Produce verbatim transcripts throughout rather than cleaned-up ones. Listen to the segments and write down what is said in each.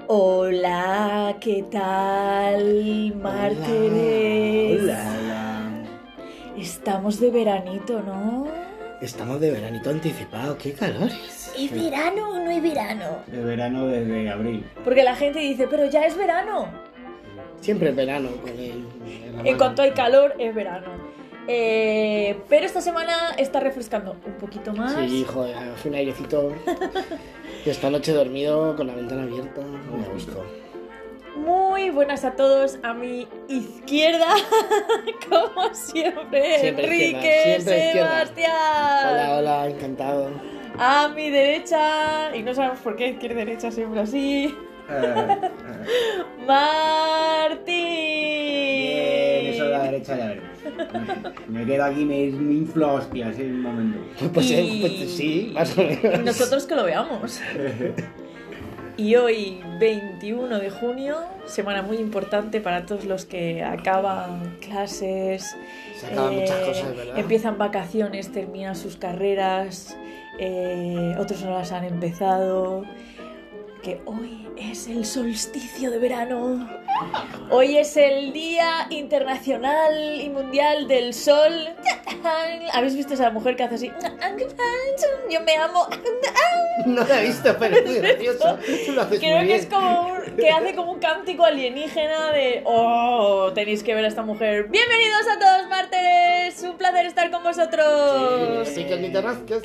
Hola, ¿qué tal, mártires? Hola, hola. Estamos de veranito, ¿no? Estamos de veranito anticipado, qué calores. ¿Es verano o no es verano? De verano desde abril. Porque la gente dice, pero ya es verano. Siempre es verano con el... el En cuanto hay calor, es verano. Eh, pero esta semana está refrescando un poquito más. Sí, joder, hace un airecito. Y esta noche he dormido con la ventana abierta, muy a gusto. Muy buenas a todos, a mi izquierda, como siempre, Siempre Enrique izquierda, siempre izquierda. Sebastián. Hola, hola, encantado. A mi derecha, y no sabemos por qué izquierda y derecha siempre así, Martín. Bien, eso de la derecha ya veremos. Me quedo aquí, me, me inflo hostias en un momento. Pues, Y- eh, pues sí, más o Y menos. nosotros que lo veamos. Y hoy, veintiuno de junio, semana muy importante para todos los que acaban clases, Se acaban muchas cosas, ¿verdad? empiezan vacaciones, terminan sus carreras, eh, otros no las han empezado. Que hoy es el solsticio de verano. Hoy es el Día Internacional y Mundial del Sol. ¿Habéis visto a esa mujer que hace así? Yo me amo. No lo he visto, pero es muy gracioso. Tú lo haces Creo muy que bien. es como un- que hace como un cántico alienígena de oh, tenéis que ver a esta mujer. Bienvenidos a todos, mártires. Un placer estar con vosotros. Sí, que ni te rasques.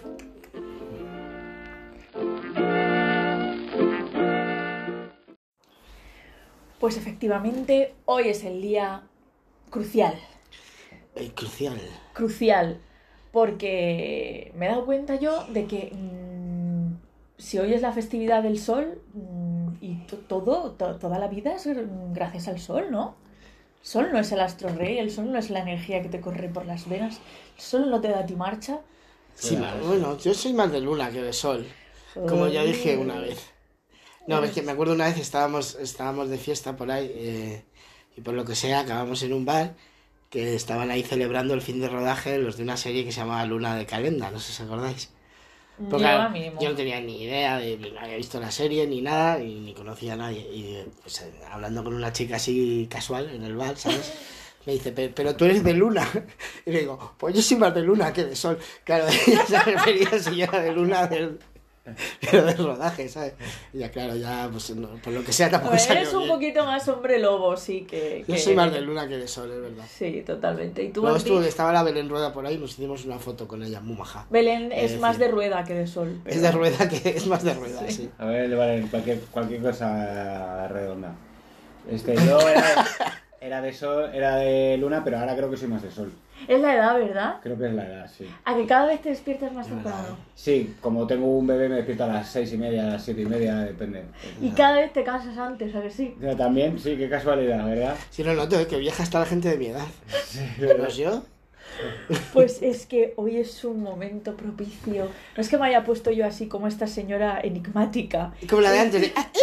Pues efectivamente, hoy es el día crucial. Eh, crucial. Crucial. Porque me he dado cuenta yo de que mmm, si hoy es la festividad del sol mmm, y to- todo, to- toda la vida es gracias al sol, ¿no? El sol no es el astro rey, el sol no es la energía que te corre por las venas, el sol no te da a ti marcha. Sí, Claro. bueno, yo soy más de luna que de sol. Como ya dije una vez. No, es que me acuerdo una vez estábamos, estábamos de fiesta por ahí eh, y por lo que sea acabamos en un bar que estaban ahí celebrando el fin de rodaje los de una serie que se llamaba Luna de Calenda, no sé si os acordáis. Yo Porque, claro, a mínimo. yo no tenía ni idea, de, no había visto la serie ni nada y ni conocía a nadie. Y eh, pues, eh, hablando con una chica así casual en el bar, ¿sabes? Me dice, "Pe- pero tú eres de luna". Y le digo, pues yo soy más de luna que de sol. Claro, ella se refería a si yo era de luna del, pero del rodaje, ¿sabes? Y ya claro, ya pues no, por lo que sea tampoco Bueno, salió eres un bien. poquito más hombre lobo, sí que... Yo que- soy más de luna que de sol, es verdad. Sí, totalmente. ¿Y tú, Luego Martín? estuvo, estaba la Belén Rueda por ahí, nos hicimos una foto con ella, muy maja. Belén Es es más de decir, rueda que de sol. Es pero- de rueda, que es más de rueda, Sí. sí. A ver, le vale cualquier, cualquier cosa redonda. Este, yo era, era de sol, era de luna, pero ahora creo que soy más de sol. Es la edad, ¿verdad? Creo que es la edad, sí. A que cada vez te despiertas más Es verdad. temprano. Sí, como tengo un bebé me despierto a las seis y media, a las siete y media, depende. Y cada vez te cansas antes, ¿a que sí? Yo también, sí, qué casualidad, ¿verdad? Sí, lo noto, es que viaja hasta la gente de mi edad. Menos yo. Pues es que hoy es un momento propicio. No es que me haya puesto yo así como esta señora enigmática. Como la de antes. de, "Ah,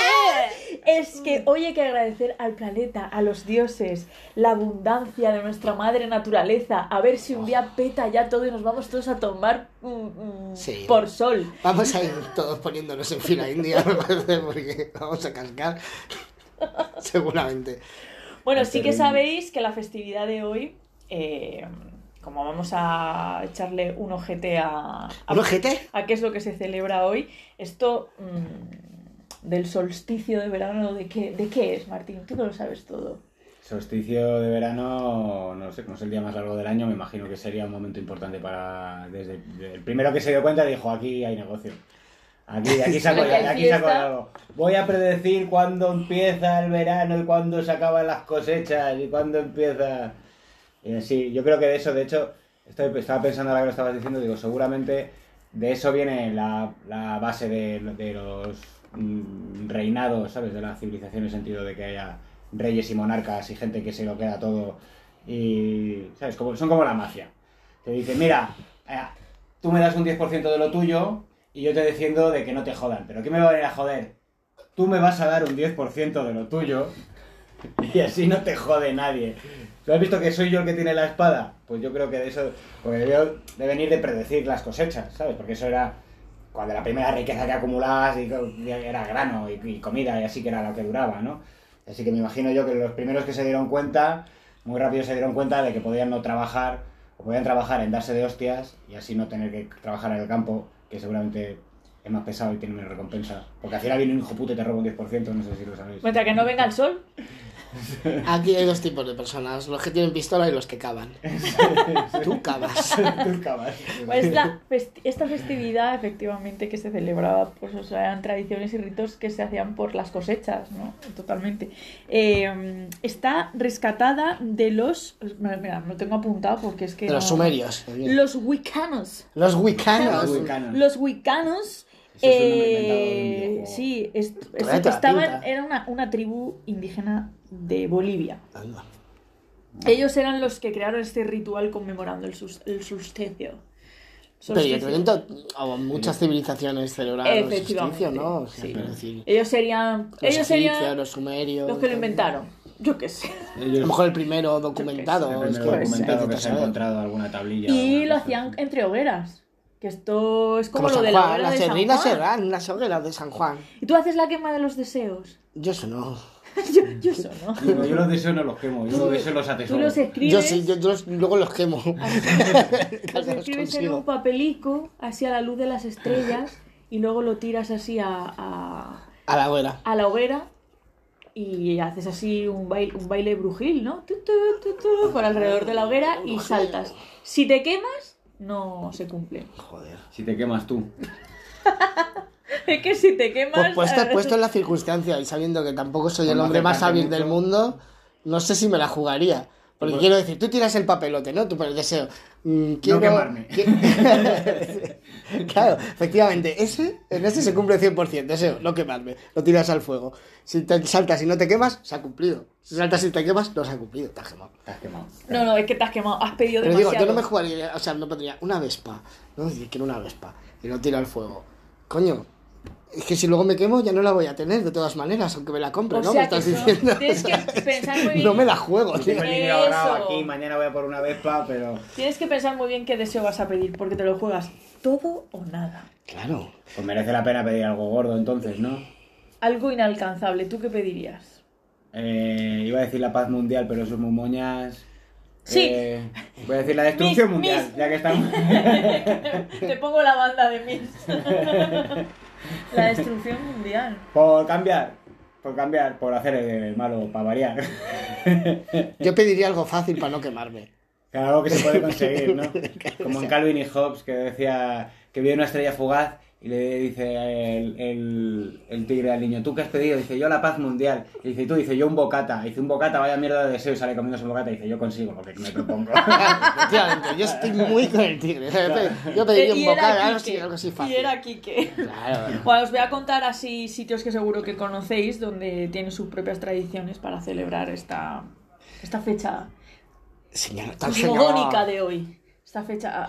Es que hoy hay que agradecer al planeta, a los dioses, la abundancia de nuestra madre naturaleza. A ver si un día peta ya todo y nos vamos todos a tomar mm, mm, Sí. por sol. Vamos a ir todos poniéndonos en fila india, me parece, porque vamos a cascar. Seguramente. Bueno, Es sí que terrible. sabéis que la festividad de hoy, eh, como vamos a echarle un ojete a, a, ¿Un ojete? a qué es lo que se celebra hoy, esto mm, del solsticio de verano, ¿de qué, ¿de qué es, Martín? Tú no lo sabes todo. Solsticio de verano, no sé, como es el día más largo del año, me imagino que sería un momento importante para... Desde el primero que se dio cuenta dijo, aquí hay negocio. Aquí, aquí saco, Aquí hay aquí saco fiesta. algo. Voy a predecir cuándo empieza el verano y cuándo se acaban las cosechas y cuándo empieza... Y sí, yo creo que de eso, de hecho, estoy, estaba pensando ahora que lo estabas diciendo, digo, seguramente de eso viene la, la base de, de los mm, reinados, ¿sabes? De la civilización en el sentido de que haya reyes y monarcas y gente que se lo queda todo y, ¿sabes? Como, son como la mafia. Te dicen, mira, eh, tú me das un diez por ciento de lo tuyo y yo te defiendo de que no te jodan. ¿Pero qué me va a venir a joder? Tú me vas a dar un diez por ciento de lo tuyo y así no te jode nadie. ¿Tú has visto que soy yo el que tiene la espada? Pues yo creo que de eso... Porque debió de venir de predecir las cosechas, ¿sabes? Porque eso era cuando la primera riqueza que acumulabas y era grano y, y comida y así que era lo que duraba, ¿no? Así que me imagino yo que los primeros que se dieron cuenta, muy rápido se dieron cuenta de que podían no trabajar, o podían trabajar en darse de hostias y así no tener que trabajar en el campo, que seguramente es más pesado y tiene menos recompensa. Porque al final viene un hijo puto y te roba un diez por ciento, no sé si lo sabéis. Mientras que no venga el sol. Aquí hay dos tipos de personas, los que tienen pistola y los que cavan. Tú cavas. Tú cavas. Pues esta, festi- esta festividad, efectivamente, que se celebraba, pues, o sea, eran tradiciones y ritos que se hacían por las cosechas, ¿no? Totalmente. Eh, está rescatada de los... Mira, no tengo apuntado porque es que... De los no- sumerios. Los wicanos. Los wicanos. Los wicanos. Los wicanos... Eso es un nombre inventado de un Eh, videojuego. sí, est- est- Cállate la estaban, pinta. era una, una tribu indígena de Bolivia. Anda. Ellos eran los que crearon este ritual conmemorando el, sus- el solsticio. Pero yo Solsticio. creo que to- muchas civilizaciones celebraron el Efectivamente, solsticio, ¿no? O sea, sí. quiero decir, Ellos serían, los ellos egipcios, serían los sumerios... los que lo tal. inventaron. Yo qué sé. A lo Ellos, mejor el primero documentado. el es primer que- documentado que vete se a ha saber. encontrado alguna tablilla. Y alguna lo cosa hacían así. entre hogueras. Que esto es como, Como lo San de la Juan, hoguera la de San serrina Juan. serán, las hogueras de San Juan. Y tú haces la quema de los deseos. Yo eso no. yo, yo eso, ¿no? Digo, yo los deseos no los quemo, yo los deseos los Tú atesoro. los escribes. Yo sí, yo, yo los- luego los quemo. Los Los escribes en consigo. un papelico, así a la luz de las estrellas, y luego lo tiras así a, a, A la hoguera. a la hoguera y haces así un baile, un baile brujil, ¿no? Tu, tu, tu, tu, por alrededor de la hoguera y saltas. Si te quemas, no se cumple. Joder. Si te quemas tú. Es que si te quemas... Pues puesto, eh, puesto en la circunstancia y sabiendo que tampoco soy Por el no hombre más acercarte hábil del mucho. mundo, no sé si me la jugaría. Porque Pues- quiero decir, tú tiras el papelote, ¿no? Tú pones deseo. mm, quiero... quemarme. qui- claro, efectivamente, ese, en ese se cumple cien por ciento. Deseo, no quemarme. Lo tiras al fuego. Si te saltas y no te quemas, se ha cumplido. Si saltas y te quemas, no se ha cumplido. Te has quemado. Te has quemado. No, no, es que te has quemado, has pedido Pero digo, demasiado. yo no me jugaría, o sea, no pondría una Vespa. No, Dice, quiero una Vespa. Y lo tiro al fuego. Coño, es que si luego me quemo ya no la voy a tener de todas maneras, aunque me la compre, O ¿no? sea Me estás que eso- diciendo. tienes que pensar muy bien. No me la juego, tío. Tengo el dinero ahorrado Eso. aquí, mañana voy a por una Vespa, pero... Tienes que pensar muy bien qué deseo vas a pedir, porque te lo juegas todo o nada. Claro. Pues merece la pena pedir algo gordo entonces, ¿no? Algo inalcanzable, ¿tú qué pedirías? Eh, iba a decir la paz mundial, pero eso es muy moñas. Sí. Eh, voy a decir la destrucción Miss, mundial, Miss. ya que estamos... Te pongo la banda de Miss. La destrucción mundial. por cambiar, por cambiar, por hacer el malo, para variar. Yo pediría algo fácil para no quemarme. Que algo que se puede conseguir, ¿no? Como en Calvin y Hobbes, que decía que vio una estrella fugaz y le dice el, el, el tigre al niño, ¿tú qué has pedido? Dice, yo la paz mundial. Y dice, tú, dice, yo un bocata. Dice, un bocata, vaya mierda de deseo, y sale comiendo su bocata. Y dice, yo consigo lo que me propongo. Efectivamente, yo estoy muy con el tigre. Yo pediría un Y era bocado, algo Quique, así, algo así Y fácil. era Quique. Claro. Bueno, os voy a contar así sitios que seguro que conocéis, donde tienen sus propias tradiciones para celebrar esta, esta fecha Señor, tan cosmogónica señor. de hoy. Esta fecha...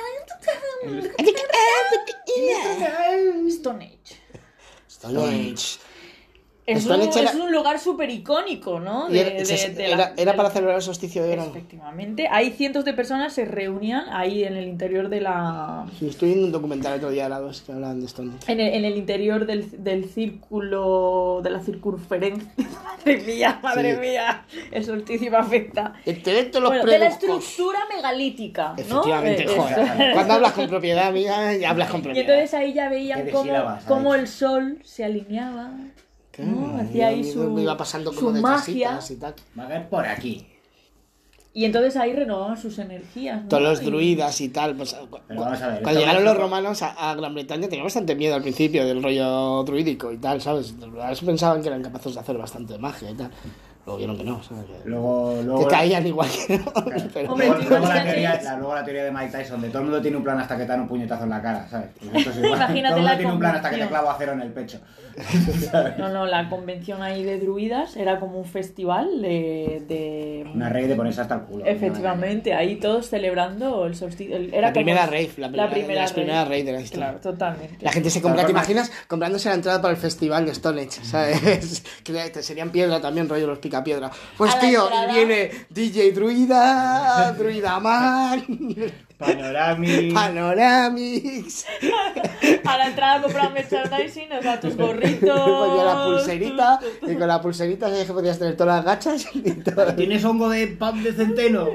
Stone Age. Stone Age. Es, Stone un, Age era- es un lugar súper icónico, ¿no? Y era, se- de era- la- era de para la- celebrar el solsticio de verano. Efectivamente. Hay cientos de personas se reunían ahí en el interior de la... Sí, estoy viendo un documental el otro día, dos que hablan de Stone Age. En el, en el interior del, del círculo, de la circunferencia. Madre mía, madre Sí. mía. El solsticio me afecta. Intelecto los Bueno, de la preduzcos. estructura megalítica, ¿no? Efectivamente, Eh, joder. eso. Cuando hablas con propiedad, amiga, ya hablas con Y propiedad. entonces ahí ya veían Qué de cómo, sílabas, cómo ¿sabes? el sol se alineaba, ¿no? Claro, Hacía ahí yo- su, me iba pasando como su de magia. casitas y tal. Va a caer por aquí. Y entonces ahí renovaban sus energías, ¿no? Todos los Y- druidas y tal. Pues, cu- Pero vamos a ver, cuando esto llegaron no- los romanos a, a Gran Bretaña tenían bastante miedo al principio del rollo druídico y tal, ¿sabes? Los romanos pensaban que eran capaces de hacer bastante magia y tal. Luego vieron que no, ¿sabes? Que, Luego, luego, que caían igual que no. Pero- Hombre, luego, tú luego la imagínate- teoría, la, luego la teoría de Mike Tyson, de todo el mundo tiene un plan hasta que te dan un puñetazo en la cara, ¿sabes? Pues esto es igual. Imagínate todo el mundo la tiene un plan hasta que te convicción. clavo acero en el pecho. No, no, la convención ahí de druidas era como un festival de... de... Una rey de ponerse hasta el culo. Efectivamente, ahí todos celebrando el solsticio. el- Era La como- primera rave, la primera- de las primeras rave de la historia. Claro, totalmente. La gente se compra, De ¿te todas formas- imaginas? Comprándose la entrada para el festival de Stone Age, ¿sabes? Que te serían piedra también, rollo los Picapiedra. Pues A la tío, entrada. y viene D J Druida, Druida Man, Panorami. Panoramix, A la entrada a comprar merchandising, o sea, tus gorritos. ponía la pulserita, y con la pulserita sabes que podías tener todas las gachas y todo. ¿Tienes hongo de pan de centeno?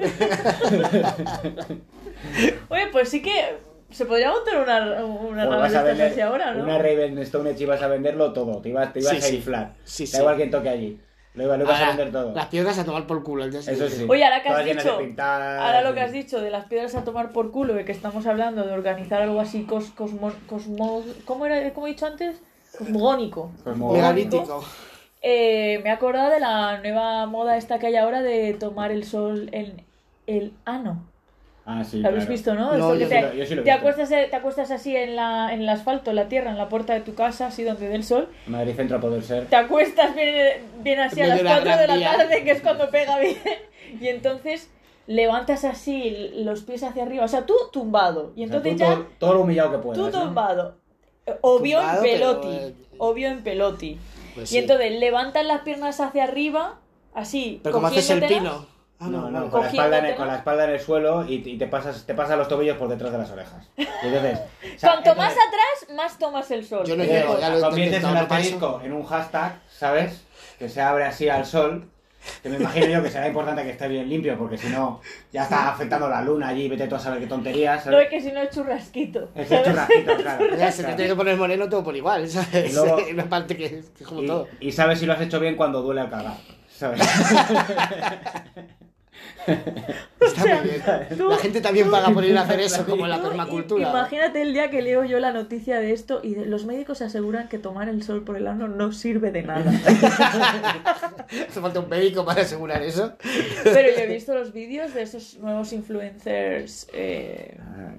Oye, pues sí que se podría montar una, una Pues rama vas de a estas vender así ahora, ¿no? una Raven Stone Edge y vas a venderlo todo. Te ibas, te ibas Sí, a sí. inflar. Sí, da sí. igual quien toque allí. Lo, iba- lo ibas a Ahora, vender todo. las piedras a tomar por culo. Ya Eso sí. Oye, ahora que has Todas llenas de dicho, pintadas, ahora lo que y- has dicho de las piedras a tomar por culo, de que estamos hablando de organizar algo así cos, cosmo, cosmo, ¿cómo era? ¿Cómo he dicho antes? Cosmogónico. Cosmo- Megalítico. Eh, me he acordado de la nueva moda esta que hay ahora de tomar el sol en el ano. Ah, sí, ¿Lo habéis claro. visto, no? No, Esto que yo te, sí lo- yo sí lo he te visto. acuestas, te acuestas así en, la, en el asfalto, en la tierra, en la puerta de tu casa, así donde dé el sol. Madrid Centro a poder ser. Te acuestas bien, bien así a En las medio de la cuatro de la Gran Vía. tarde, que es cuando pega bien. Y entonces levantas así los pies hacia arriba. O sea, tú tumbado. Y O sea, entonces tú ya todo, todo lo humillado que puedas. tú ¿no? tumbado. Obvio Tumbado, en peloti. pero, eh, Obvio en peloti. Pues Y sí. entonces levantas las piernas hacia arriba, así. Pero como haces el cogiéndotela. pino. Ah, No, no, vale. con la, espalda en el, Cogiéndotela. con la espalda en el suelo y, y te pasas te pasas los tobillos por detrás de las orejas. Y entonces, o sea, Cuanto más entonces, atrás, más tomas el sol. Yo no entonces, llego, ya lo he conviertes el intentado, no paso. asterisco en un hashtag, ¿sabes? Que se abre así al sol. Que me imagino yo que será importante que esté bien limpio, porque si no, ya está afectando la luna allí, vete tú a saber qué tonterías, No ¿sabes? es que si no es churrasquito. Es ¿sabes? el churrasquito, claro. Ya se te tiene que poner moreno todo por igual, ¿sabes? Y luego- Una parte que, que es como Y, todo. y sabes si lo has hecho bien cuando duele al cagar, ¿sabes? Está muy bien. tú- La gente también paga por ir a hacer eso, Tú- como en la Tú, permacultura. Imagínate el día que leo yo la noticia de esto y de- los médicos aseguran que tomar el sol por el ano no sirve de nada. Hace falta un médico para asegurar eso. Pero yo he visto los vídeos de esos nuevos influencers eh,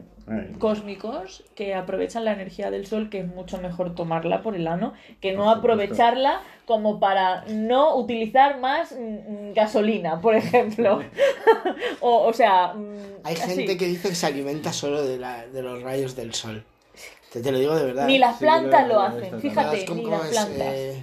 cósmicos que aprovechan la energía del sol, que es mucho mejor tomarla por el ano que no Por supuesto. aprovecharla como para no utilizar más mm, gasolina, por ejemplo. o, o sea, mm, Hay así. gente que dice que se alimenta solo de, la, de los rayos del sol. Te, te lo digo de verdad. Ni las Sí, yo lo he- plantas lo lo he hacen, visto fíjate, Es como- ni como las es, plantas. eh,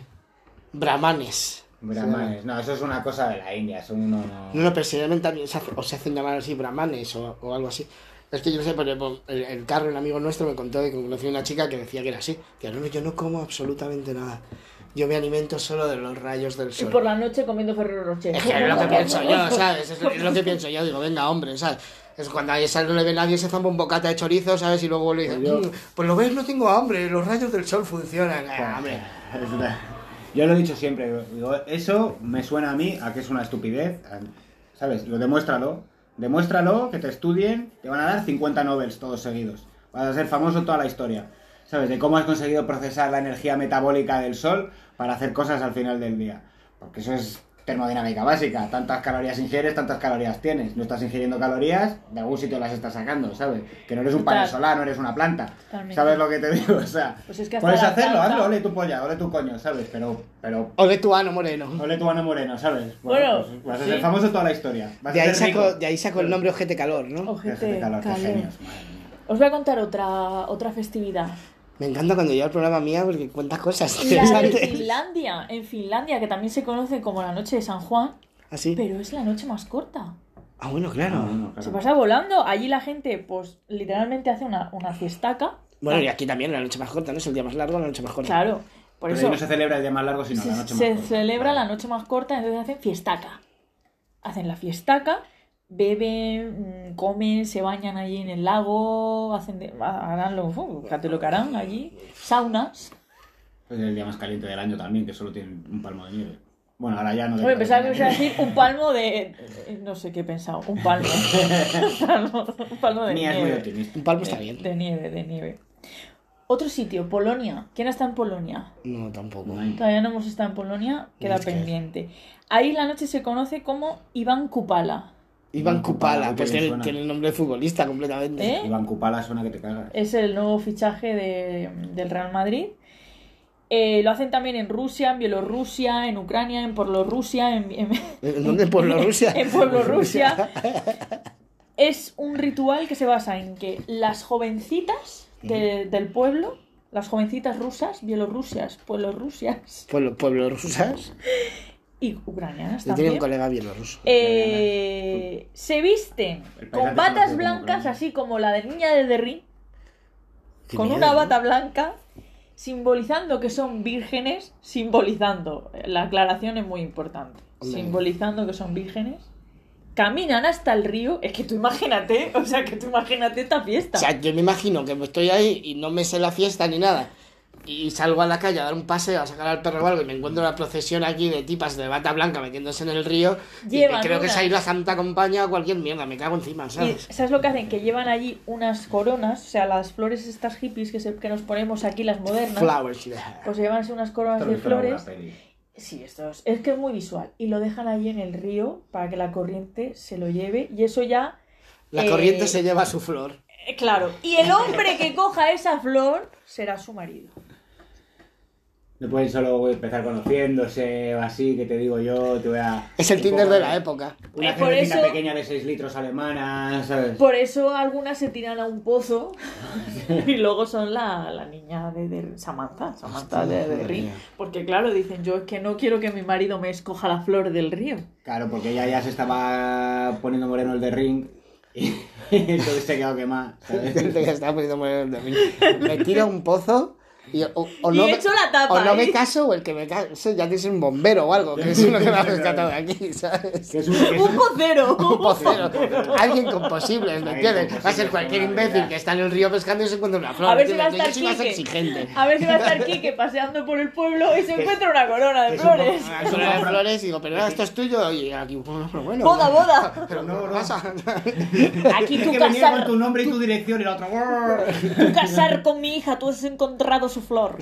brahmanes. Brahmanes. No, eso es una cosa de la India, eso uno no... No, no, pero se llaman también, se hace- o se hacen llamar así brahmanes o, o algo así. Es que yo no sé, pero por el, el carro, un amigo nuestro me contó que conoció una chica que decía que era así. Que no, no, yo no como absolutamente nada. Yo me alimento solo de los rayos del Y sol. por la noche comiendo Ferrero Rocher. Es que es lo que pienso yo, ¿sabes? Es, es lo que pienso yo. Digo, venga, hombre, ¿sabes? Es cuando a esa no le ve nadie, se zampa un bocata de chorizo, ¿sabes? Y luego vuelve y dice, Pues yo- "Mm, pues lo ves, no tengo hambre, los rayos del sol funcionan. Ah, hombre. Es una- Yo lo he dicho siempre, digo, eso me suena a mí a que es una estupidez, ¿sabes? Lo demuéstralo, demuéstralo, que te estudien, te van a dar cincuenta Nobels todos seguidos, vas a ser famoso toda la historia, ¿sabes? De cómo has conseguido procesar la energía metabólica del sol para hacer cosas al final del día, porque eso es termodinámica básica, tantas calorías ingieres, tantas calorías tienes, no estás ingiriendo calorías, de algún sitio las estás sacando, ¿sabes? Que no eres un panel Total. solar, no eres una planta, Totalmente. ¿sabes lo que te digo? O sea, Pues es que hasta puedes la hacerlo, planta- hazlo, ole tu polla, ole tu coño, ¿sabes? Pero, pero, Ole tu ano moreno. ole tu ano moreno, ¿sabes? Bueno, pues vas a sí. ser famoso toda la historia. Vas De a ahí, ser rico. saco, de ahí saco el nombre Ojete Calor, ¿no? Ojete, Qué calor, qué calor. genios, madre mía. Os voy a contar otra, otra festividad. Me encanta cuando llega el programa mía porque cuenta cosas La de interesantes. Finlandia. En Finlandia, que también se conoce como la noche de San Juan, ¿Así? pero es la noche más corta. Ah, bueno, claro. No, no, claro. Se pasa volando. Allí la gente, pues, literalmente hace una, una fiestaca. Bueno, y aquí también la noche más corta, ¿no? Es el día más largo, la noche más corta. Claro, por Pero eso ahí no se celebra el día más largo, sino se, la noche más se corta. celebra la noche más corta, entonces hacen fiestaca. Hacen la fiestaca, beben, mm, comen, se bañan allí en el lago, hacen de, harán lo, uh, fíjate lo que harán allí, saunas. Es el día más caliente del año también, que solo tiene un palmo de nieve. Bueno, ahora ya no... Hombre, pensaba que me iba a decir un palmo de... No sé qué he pensado, un palmo. un palmo, un palmo de Mía es muy nieve. optimista. Un palmo está De, bien. de nieve, de nieve. Otro sitio, Polonia. ¿Quién está en Polonia? No, tampoco. No hay- Todavía no hemos estado en Polonia, queda Es que- pendiente. Ahí la noche se conoce como Iván Kupala. Iván Kupala, Kupala, pues qué bien tiene, suena. tiene el nombre de futbolista completamente. ¿Eh? Iván Kupala suena que te cagas. Es el nuevo fichaje de- del Real Madrid. Eh, lo hacen también en Rusia, en Bielorrusia, en Ucrania, en Porlorrusia, en, en, ¿En dónde? ¿En Pueblo Rusia? en Pueblo Rusia. Es un ritual que se basa en que las jovencitas de- del pueblo, las jovencitas rusas, bielorrusias, pueblo rusias, Pueblo, Pueblo Rusas. y ucranianas Yo tenía también. un colega bielorruso. Eh, se visten El país con antes batas conocido como blancas, Ucrania. así como la de Niña de Derry, Qué con miedo, una ¿no? bata blanca, simbolizando que son vírgenes, simbolizando, la aclaración es muy importante, Hombre. simbolizando que son vírgenes, caminan hasta el río, es que tú imagínate, o sea, que tú imagínate esta fiesta. O sea, yo me imagino que estoy ahí y no me sé la fiesta ni nada. Y salgo a la calle a dar un paseo, a sacar al perro o algo, y me encuentro una procesión aquí de tipas de bata blanca metiéndose en el río. Llevan y que creo que unas- es ahí la Santa Compañía o cualquier mierda, me cago encima, Y ¿sabes? ¿sabes lo que hacen? Que llevan allí unas coronas, o sea, las flores estas hippies que, se- que nos ponemos aquí, las modernas, Flowers, yeah. pues llevan así unas coronas Esto lo de he visto en alguna flores. peli. Sí, esto es, es que es muy visual. Y lo dejan allí en el río para que la corriente se lo lleve. Y eso ya... La eh, corriente se lleva su flor. eh, Claro. Y el hombre que coja esa flor será su marido. No pueden solo empezar conociéndose o así, que te digo yo, te voy a... Es el un Tinder poco de la época. Una Eh, por cervecita eso- pequeña de seis litros alemana, ¿sabes? Por eso algunas se tiran a un pozo y luego son la, la niña de, de Samantha, Samantha de, de Ring. Porque claro, dicen, yo es que no quiero que mi marido me escoja la flor del río. Claro, porque ella ya se estaba poniendo moreno el de Ring y entonces se quedó quemado, ¿sabes? Gente que estaba poniendo moreno el domingo. Me tiro a un pozo y o, o Y no, echo la tapa, o no me ¿eh? caso o el que me caso ya tiene que ser un bombero o algo, que es uno que me ha rescatado de aquí, ¿sabes? Que es un, que es ¡Un un- pocero! Un pocero, alguien con posibles, ¿me Alguien con entiendes? Va a ser posibles, cualquier con una imbécil habilidad. que está en el río pescando y se encuentra una flor. A ver si va a ¿entiendes? estar Yo soy más Quique. exigente. A ver si va a estar Quique paseando por el pueblo y se encuentra una corona de es un flores. poco- Ah, son las flores y digo, pero esto es tuyo. Y aquí, bueno, pero bueno. Boda, boda. Pero No, no, no. pasa. Aquí Es tú que venía con casar, tu nombre y tu dirección y la otra... tú casar con mi hija, tú has encontrado su flor.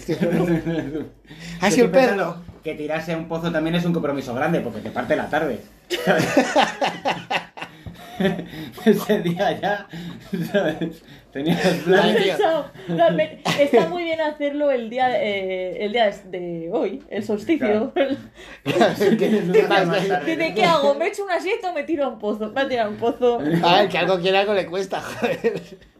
Ha sido el perro. pensando que tirarse a un pozo también es un compromiso grande porque te parte la tarde. Ese día ya, ¿sabes? Tenías Vale, planes. tío. Eso, realmente, está muy bien hacerlo el día, eh, el día de hoy, el solsticio. Tienes un día más tarde. Dice, ¿qué hago? ¿Me echo una siesta o me tiro a un pozo? Me voy a tirar a un pozo. A ver, que algo quiera, algo le cuesta, joder.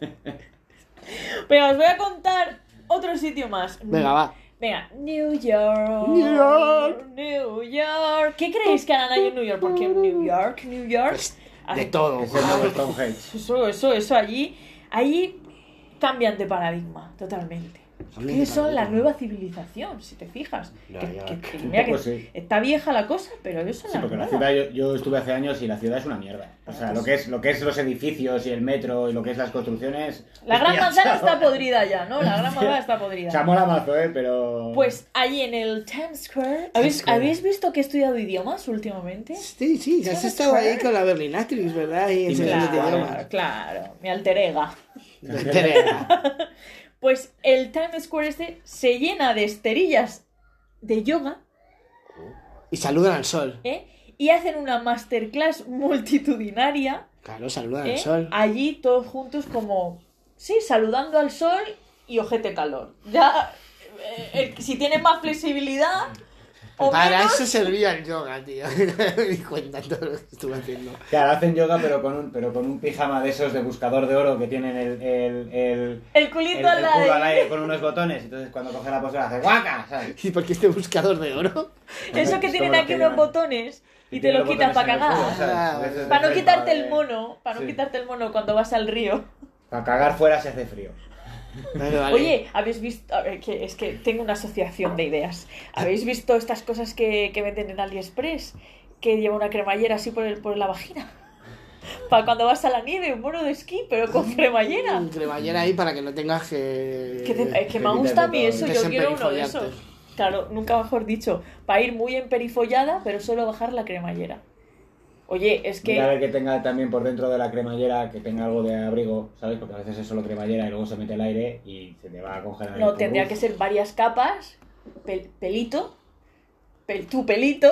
Pero os voy a contar otro sitio más. Venga, va. Venga, New York. New York. New York. ¿Qué creéis que harán ahí en New York? Porque en New York, New York. Pues, de hace- todo. Es el nuevo Stonehenge. Eso, eso, eso. Allí, allí cambian de paradigma totalmente. Cambian Que de son la paradigma. nueva civilización, si te fijas. Ya, Que- ya, que- que- que- un mira poco que sí. está vieja la cosa, pero ellos son Sí, la porque la nueva. ciudad, yo, yo estuve hace años y la ciudad es una mierda. O sea, lo que es, lo que es los edificios y el metro y lo que es las construcciones... La Gran hostia, Manzana chaval. está podrida ya, ¿no? La Gran Manzana está podrida. O sea, mola mazo, ¿eh? Pero... Pues allí en el Times Square. ¿Habéis, Square. ¿habéis visto que he estudiado idiomas últimamente? Sí, sí, ya has estado ahí con la Berlinatrix, ¿verdad? Y enseñándote Claro, idiomas. claro, mi alter ega. Terera. Pues el Times Square este se llena de esterillas de yoga, Y saludan al sol. ¿eh? Y hacen una masterclass multitudinaria, Claro, saludan ¿eh? al sol. Allí todos juntos como, sí, saludando al sol y ojete calor. Ya, eh, eh, si tienen más flexibilidad o Para menos, eso servía el yoga, tío. Me di cuenta de todo lo que estuve haciendo. Claro, hacen yoga pero con un, pero con un pijama de esos de buscador de oro que tienen el, el, el, el culito el, al el lado. culo al aire con unos botones. Entonces cuando coge la postura hace guaca, ¿sabes? ¿Y por qué este buscador de oro? Eso que Es tienen como lo aquí que unos llevan. botones y te tienen lo los quitas botones para en el culo, cagar. Ah, ¿sabes? Veces Para no de quitarte de- el mono, para no Sí. quitarte el mono cuando vas al río. Para cagar fuera se hace frío. Vale, vale. Oye, ¿habéis visto? A ver, que es que tengo una asociación de ideas. ¿Habéis visto estas cosas que, que venden en AliExpress? Que lleva una cremallera así por, el, por la vagina. Para cuando vas a la nieve, un mono de esquí, pero con cremallera. Un cremallera ahí para que no tengas que... Que, te- eh, que que me quites gusta a de mí todo. eso, Que yo se quiero uno de emperifollarte. esos. Claro, nunca mejor dicho. Para ir muy emperifollada, pero solo bajar la cremallera. Oye, es Mira a que... ver que tenga también por dentro de la cremallera, que tenga algo de abrigo, ¿sabes? Porque a veces es solo cremallera y luego se mete el aire y se te va a congelar. No, el tendría purrus. que ser varias capas, pel- pelito, pel- tu pelito,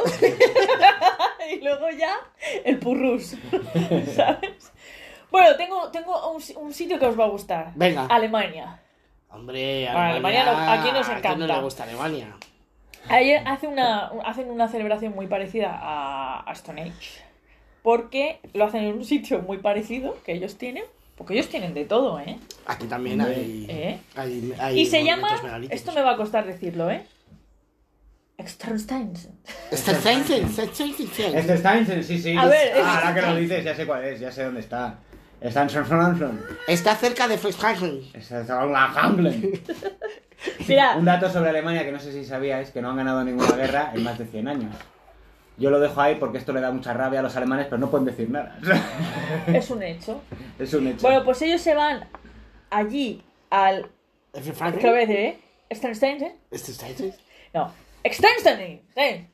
y luego ya el purrús, ¿sabes? Bueno, tengo, tengo un, si- un sitio que os va a gustar. Venga. Alemania. Hombre, Bueno, Alemania no- aquí nos ¿A quién encanta. no le gusta Alemania? Ahí hace una, hacen una celebración muy parecida a, a Stone Age, porque lo hacen en un sitio muy parecido que ellos tienen, porque ellos tienen de todo, ¿eh? Aquí también Hombre. hay... ¿Eh? hay, hay Y se monumentos llama, megalíticos. esto me va a costar decirlo, ¿eh? Steinstein. Este Steinsen, Steinsen. Este Steinsen, sí, sí. A ver, Ah, ahora que lo dices, ya sé cuál es, ya sé dónde está. Está en San Francisco. Está cerca de Flixhagen. Está en la Hanglen. Mira, Un dato sobre Alemania que no sé si sabíais, que no han ganado ninguna guerra en más de cien años. Yo lo dejo ahí porque esto le da mucha rabia a los alemanes, pero no pueden decir nada. es un hecho. Es un hecho. Bueno, pues ellos se van allí al... ¿Qué lo voy a decir, eh? Steinstein. Este Steinsen. No. Steinstein. Sí.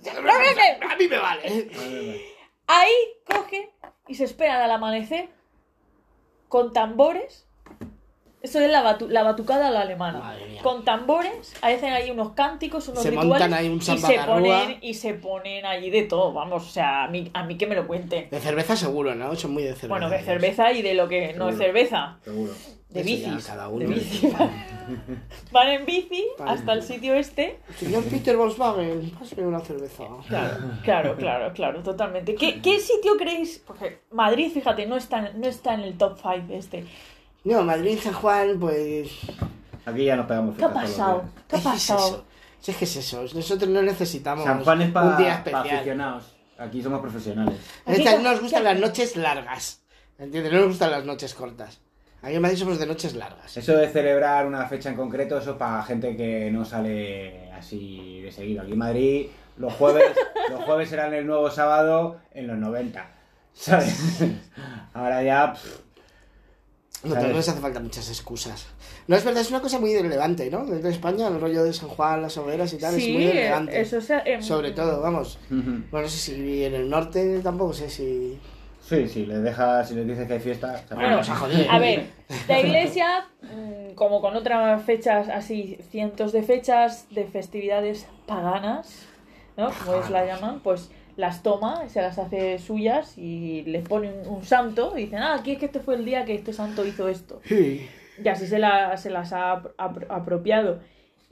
A mí me vale. Ahí cogen y se esperan al amanecer con tambores. Esto es la, batu la batucada a la alemana. Madre mía. Con tambores, hacen ahí unos cánticos, unos Se rituales. montan ahí un y se samba ponen y se ponen allí de todo, vamos, o sea, a mí, a mí que me lo cuenten. De cerveza seguro, ¿no? Son muy de cerveza. Bueno, de cerveza y de lo que no es Seguro. cerveza. Seguro. De Eso ya bicis. cada De uno. bici. Van en bici Van. hasta el sitio este. Señor Peter Volkswagen, pásame una cerveza. Claro, claro, claro, claro, totalmente. ¿Qué, qué sitio creéis? Porque Madrid, fíjate, no está, en- no está en el top cinco este. No, Madrid, San Juan, pues... Aquí ya nos pegamos ¿Qué ha fiestas todos los pasado? días. ¿Qué ha ¿Qué es pasado? eso? Si es que es eso, nosotros no necesitamos San Juan es un para día especial. aficionados. Aquí somos profesionales. En esta Aquí- no nos gustan ¿qué las hacemos? noches largas, ¿entiendes? No nos gustan las noches cortas. Aquí en Madrid somos de noches largas. Eso de celebrar una fecha en concreto, eso para gente que no sale así de seguido. Aquí en Madrid, los jueves, los jueves eran el nuevo sábado en los noventa. ¿Sabes? Ahora ya... pff, No, ¿sabes? pero no les hace falta muchas excusas. No, es verdad, es una cosa muy relevante, ¿no? Dentro de España, el rollo de San Juan, las hogueras y tal, es muy relevante. eso se, em, Sobre todo, vamos. Ujú. Bueno, no sé si en el norte tampoco sé si... Sí, sí, les dejas, si les dices que hay fiesta... se Bueno, ponen. nos ha jodido. a ver, la iglesia, mm, como con otras fechas así, cientos de fechas de festividades paganas, ¿no? Como ellos la llaman, pues las toma, se las hace suyas y les pone un, un santo y dicen, ah, aquí es que este fue el día que este santo hizo esto. Sí. Y así se, la- se las ha apro- apropiado.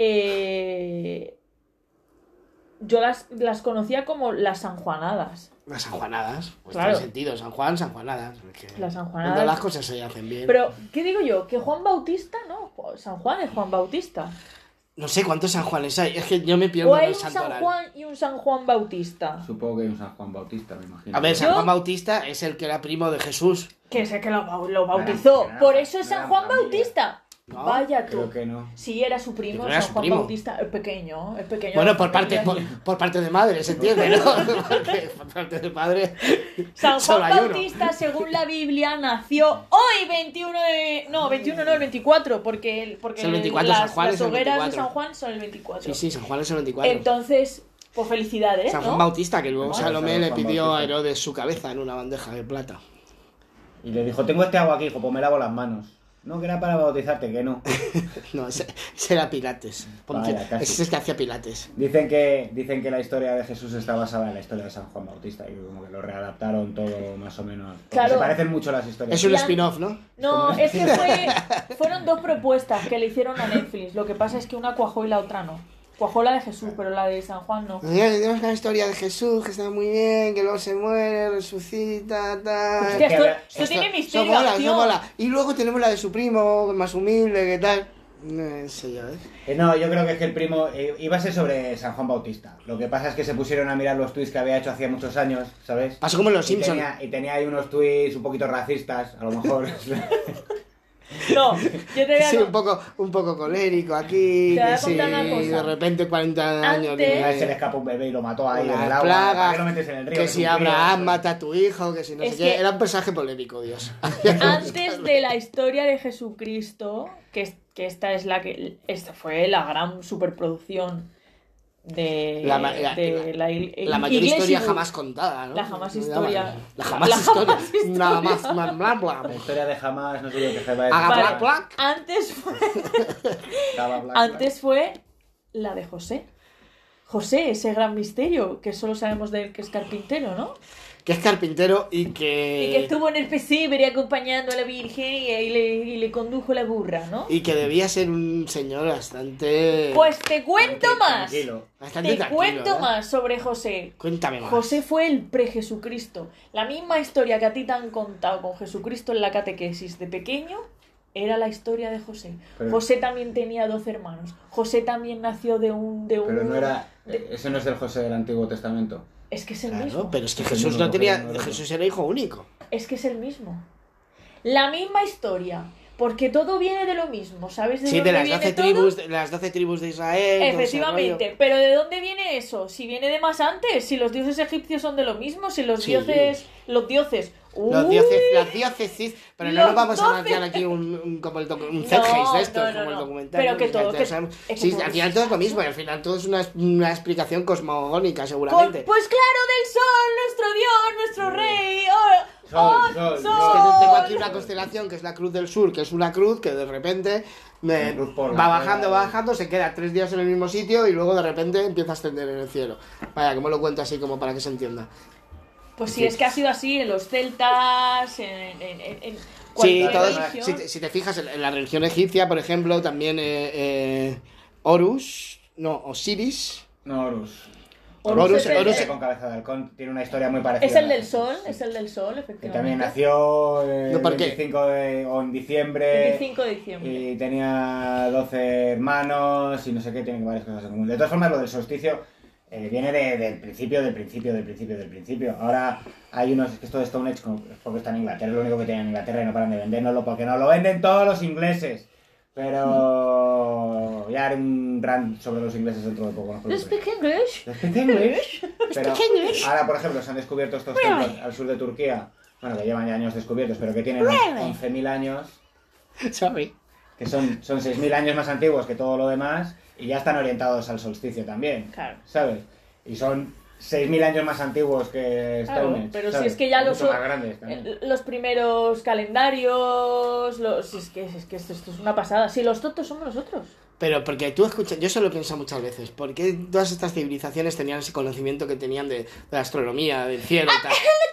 Eh, yo las, las conocía como las sanjuanadas. Las sanjuanadas. Pues Claro. tiene sentido, San Juan, sanjuanadas. porque Las sanjuanadas. Cuando las cosas se hacen bien. Pero, ¿qué digo yo? Que Juan Bautista, no, San Juan es Juan Bautista. No sé cuántos San Juanes hay, es que yo me pierdo O en hay el un San santoral. Juan y un San Juan Bautista. Supongo que hay un San Juan Bautista, me imagino. A ver, San Yo- Juan Bautista es el que era primo de Jesús. Que sé que lo, bau- lo bautizó. Era- era- Por eso es era San Juan familia. Bautista. No, Vaya tú. Creo que no. Sí, era su primo, Yo creo que era San su Juan primo. Bautista. Es pequeño, es pequeño. Bueno, por parte, por, Pequeño. por parte de madre, se entiende, ¿no? Porque por parte de padre. San solo Juan hay uno. Bautista, según la Biblia, nació hoy veintiuno de... No, veintiuno no, el veinticuatro, porque, el- porque Es el veinticuatro, las, San Juan las es el hogueras de veinticuatro. San Juan son el veinticuatro. Sí, sí, San Juan es el veinticuatro. Entonces, pues felicidades, San ¿no? Juan Bautista, que luego Bueno, Salomé San le Juan pidió a Bautista. Herodes su cabeza en una bandeja de plata. Y le dijo, tengo este agua aquí, hijo, pues me lavo las manos. No, que era para bautizarte, que no. No, ese, ese era Pilates. Ponte- Vaya, casi. ese es el que hacía Pilates. Dicen que, dicen que la historia de Jesús está basada en la historia de San Juan Bautista y como que lo readaptaron todo más o menos. Porque Claro. se parecen mucho las historias. Es un Y an- spin-off, ¿no? No, ¿Cómo? es que fue, fueron dos propuestas que le hicieron a Netflix. Lo que pasa es que una cuajó y la otra no. Cuajó la de Jesús, pero la de San Juan no. Tenemos la historia de Jesús, que está muy bien, que luego se muere, resucita, tal. Hostia, que esto, había- esto tiene Eso misterio, mola, eso acción. mola. Y luego tenemos la de su primo, más humilde, que tal. No sé yo, ¿eh? Eh, no, yo creo que es que el primo eh, iba a ser sobre San Juan Bautista. Lo que pasa es que se pusieron a mirar los tweets que había hecho hacía muchos años, ¿sabes? Pasó como en Los Y Simpsons. tenía, y tenía ahí unos tweets un poquito racistas, a lo mejor. No, yo te voy a Sí, con- un poco, un poco colérico aquí, Te voy a que sí, contar una cosa. de repente cuarenta años. Antes- A él se le escapa un bebé y lo mató ahí en Una el agua. plaga, ¿Para qué lo metes en el río? que es si un Abraham crío? mata a tu hijo, que si no Es sé que- qué. Era un personaje polémico, Dios. Antes de la historia de Jesucristo, que, es- que esta es la que esta fue la gran superproducción de La ma- la- de la, il- La mayor Iglesia historia Book. jamás contada, ¿no? La jamás ¿Cómo se historia. llama? La jamás La historia. jamás historia. Nada más, bla, bla, bla. La historia de jamás, no sé yo qué se va a Haga Vale. black, black. Antes fue Estaba black, Antes fue la de José. José, ese gran misterio que solo sabemos de él que es carpintero, ¿no? Que es carpintero y que... Y que estuvo en el pesebre acompañando a la Virgen y, y le, y le condujo la burra, ¿no? Y que debía ser un señor bastante... Pues te cuento Tranqui- más. tranquilo. bastante Te tranquilo, cuento ¿eh? más sobre José. Cuéntame más. José fue el pre-Jesucristo. La misma historia que a ti te han contado con Jesucristo en la catequesis de pequeño, era la historia de José. Pero- José también tenía doce hermanos. José también nació de un... De un Pero no era... de- Ese no es el José del Antiguo Testamento. Es que es el Claro, mismo. pero es que Es el Jesús mismo, no tenía... no, no, no. Jesús era hijo único. Es que es el mismo. La misma historia. Porque todo viene de lo mismo, ¿sabes? ¿De Sí, dónde de las viene doce todo? tribus, de las doce tribus de Israel. todo ese Efectivamente, rollo. pero ¿de dónde viene eso? Si viene de más antes, si los dioses egipcios son de lo mismo, si los Sí. dioses... Los dioses... Los ¡Uy! dioses, las diócesis, pero no Los nos vamos a doce. marcar aquí un, un, como el docu- un No, Zeitgeist de esto, no, no, como el no. documental. Pero ¿no? que Ya- todo, ya que- sabemos. es que Sí, todo al es- final todo es lo mismo, y al final todo es una, una explicación cosmogónica, Con- seguramente. pues claro, del sol, nuestro dios, nuestro rey. ¡Oh! Sol, ¡Oh, sol, sol! Es que tengo aquí una constelación que es la Cruz del Sur, que es una cruz que de repente me- Una cruz por la va bajando, rueda. va bajando, se queda tres días en el mismo sitio y luego de repente empieza a ascender en el cielo. Vaya, como lo cuento así como para que se entienda. Pues sí, Sí. es que ha sido así en los celtas, en, en, en, en Sí, cualquier todo- religión. si, te, si te fijas en, en la religión egipcia, por ejemplo, también eh, eh, Horus, no, Osiris. No, Horus. Horus Horus- es el- Horus- Con cabeza de halcón tiene una historia muy parecida. Es el a la del de sol, Jesús, es el del sol, Que efectivamente. también nació el No, ¿por qué? veinticinco de, o en diciembre. veinticinco de diciembre. Y tenía doce hermanos y no sé qué, tienen varias cosas en común. De todas formas, lo del solsticio eh, viene de- del principio, del principio, del principio, del principio. Ahora hay unos, es que esto de Stone Age, como- es porque está en Inglaterra, es lo único que tienen en Inglaterra y no paran de vendérnoslo porque nos lo venden todos los ingleses. Pero ya haré un rant sobre los ingleses dentro de poco. No os You preocupéis. speak English? Speak English. Pero ahora, por ejemplo, se han descubierto estos templos al sur de Turquía, bueno, que llevan ya años descubiertos, pero que tienen once mil años, Sorry. que son, son seis mil años más antiguos que todo lo demás, y ya están orientados al solsticio también, Claro. ¿sabes? Y son seis mil años más antiguos que Claro, Stonehenge, pero si ¿sabes? es que ya los, Mucho más grandes también. eh, los primeros calendarios, los, si es que, si es que esto, esto es una pasada. Si los tontos somos nosotros. Pero porque tú escuchas, yo se lo pienso muchas veces, ¿por qué todas estas civilizaciones tenían ese conocimiento que tenían de, de la astronomía, del cielo y tal?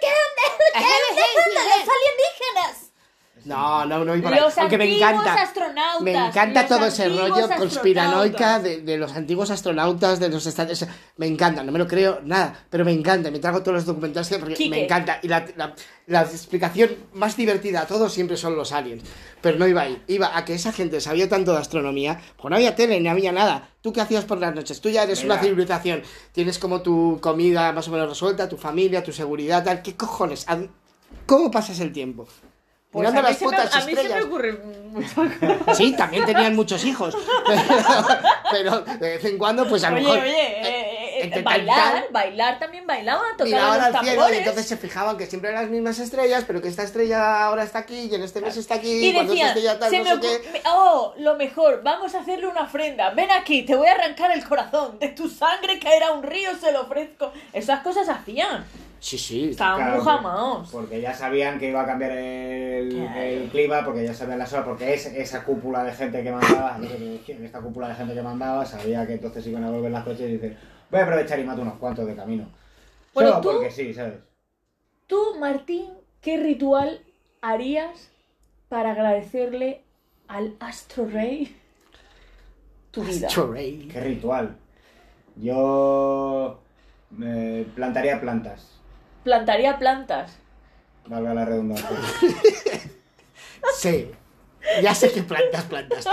¡Los alienígenas! No, no, no, y por ahí. Los Aunque me antiguos encanta. astronautas. Me encanta los todo ese antiguos rollo conspiranoica astronautas. de, de los antiguos astronautas, de los estados. Me encanta, no me lo creo nada, pero me encanta. Me trago todos los documentales que- porque Quique. me encanta. Y la, la, la explicación más divertida a todos siempre son los aliens. Pero no iba ahí. Iba a que esa gente sabía tanto de astronomía, pues no había tele, ni había nada. ¿Tú qué hacías por las noches? Tú ya eres Mira. una civilización. Tienes como tu comida más o menos resuelta, tu familia, tu seguridad, tal. ¿Qué cojones? ¿A- ¿Cómo pasas el tiempo? Pues Mirando a mí, las se me, putas a mí se me estrellas. ocurre mucho. Sí, también tenían muchos hijos. Pero, pero de vez en cuando, pues a lo Oye, mejor. oye, eh, eh, eh, intentar- bailar, bailar también bailaban, tocaban Miraban los al cielo y tambores. entonces se fijaban que siempre eran las mismas estrellas, pero que esta estrella ahora está aquí y en este mes está aquí. Y cuando esta decían, estrella tal, se no me sé ocu- qué. me- oh, lo mejor, vamos a hacerle una ofrenda. Ven aquí, te voy a arrancar el corazón. De tu sangre caerá un río, se lo ofrezco. Esas cosas hacían. Sí, sí. Estaban Claro, muy porque- jamaos. Porque ya sabían que iba a cambiar el, Claro. el clima, porque ya sabían las horas, porque es esa cúpula de gente que mandaba, no sé qué decir, esta cúpula de gente que mandaba, sabía que entonces iban a volver las coches y dice, voy a aprovechar y mato unos cuantos de camino. Bueno, Solo tú- porque sí, ¿sabes? Tú, Martín, ¿qué ritual harías para agradecerle al Astro Rey tu vida? Chorrey. Qué ritual. Yo eh, plantaría plantas, Plantaría plantas. valga la redundancia. Sí. Ya sé que plantas, plantas tú.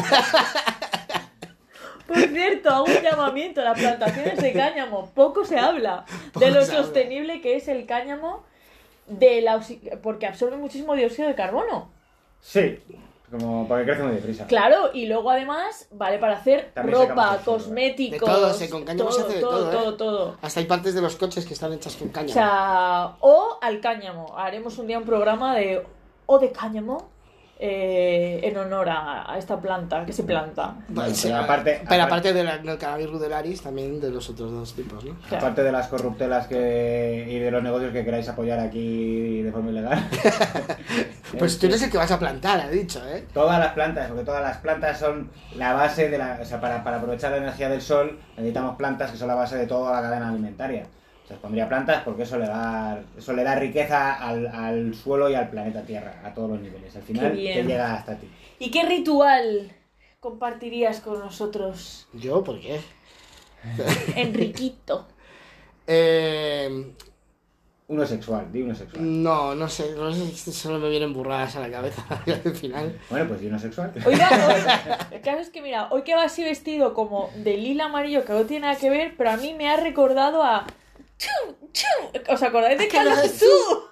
Por cierto, hago un llamamiento a las plantaciones de cáñamo. Poco se habla Poco de lo se habla. sostenible que es el cáñamo de la oxi- porque absorbe muchísimo dióxido de carbono. Sí, como porque crece muy deprisa. Claro, y luego además vale para hacer También sacamos ropa, el suelo, ¿eh? cosméticos, De todo, sí, con cáñamo se hace de todo, todo, ¿eh? todo, todo. Hasta hay partes de los coches que están hechas con cáñamo. O sea, o al cáñamo. Haremos un día un programa de o de cáñamo eh, en honor a, a esta planta que se planta. Bueno, Sí, pero aparte- pero aparte- aparte de la- del cannabis rudelaris, también de los otros dos tipos, ¿no? Claro. Aparte de las corruptelas que, y de los negocios que queráis apoyar aquí de forma ilegal. Pues tú eres el que vas a plantar, ha dicho, ¿eh? Todas las plantas, porque todas las plantas son la base de la... O sea, para, para aprovechar la energía del sol necesitamos plantas que son la base de toda la cadena alimentaria. O sea, os pondría plantas porque eso le da, eso le da riqueza al, al suelo y al planeta Tierra, a todos los niveles. Al final Qué bien. te llega hasta ti. ¿Y qué ritual compartirías con nosotros, ¿Yo? ¿Por qué? Enriquito? Eh, Uno sexual, di uno sexual. No, no sé, no sé, solo me vienen burradas a la cabeza al final. Bueno, pues di uno sexual. Oiga, oiga, el caso es que mira, hoy que va así vestido como de lila amarillo, que no tiene nada que ver, pero a mí me ha recordado a... ¡Chu! ¡Chu! ¿Os acordáis de Carlos Chu?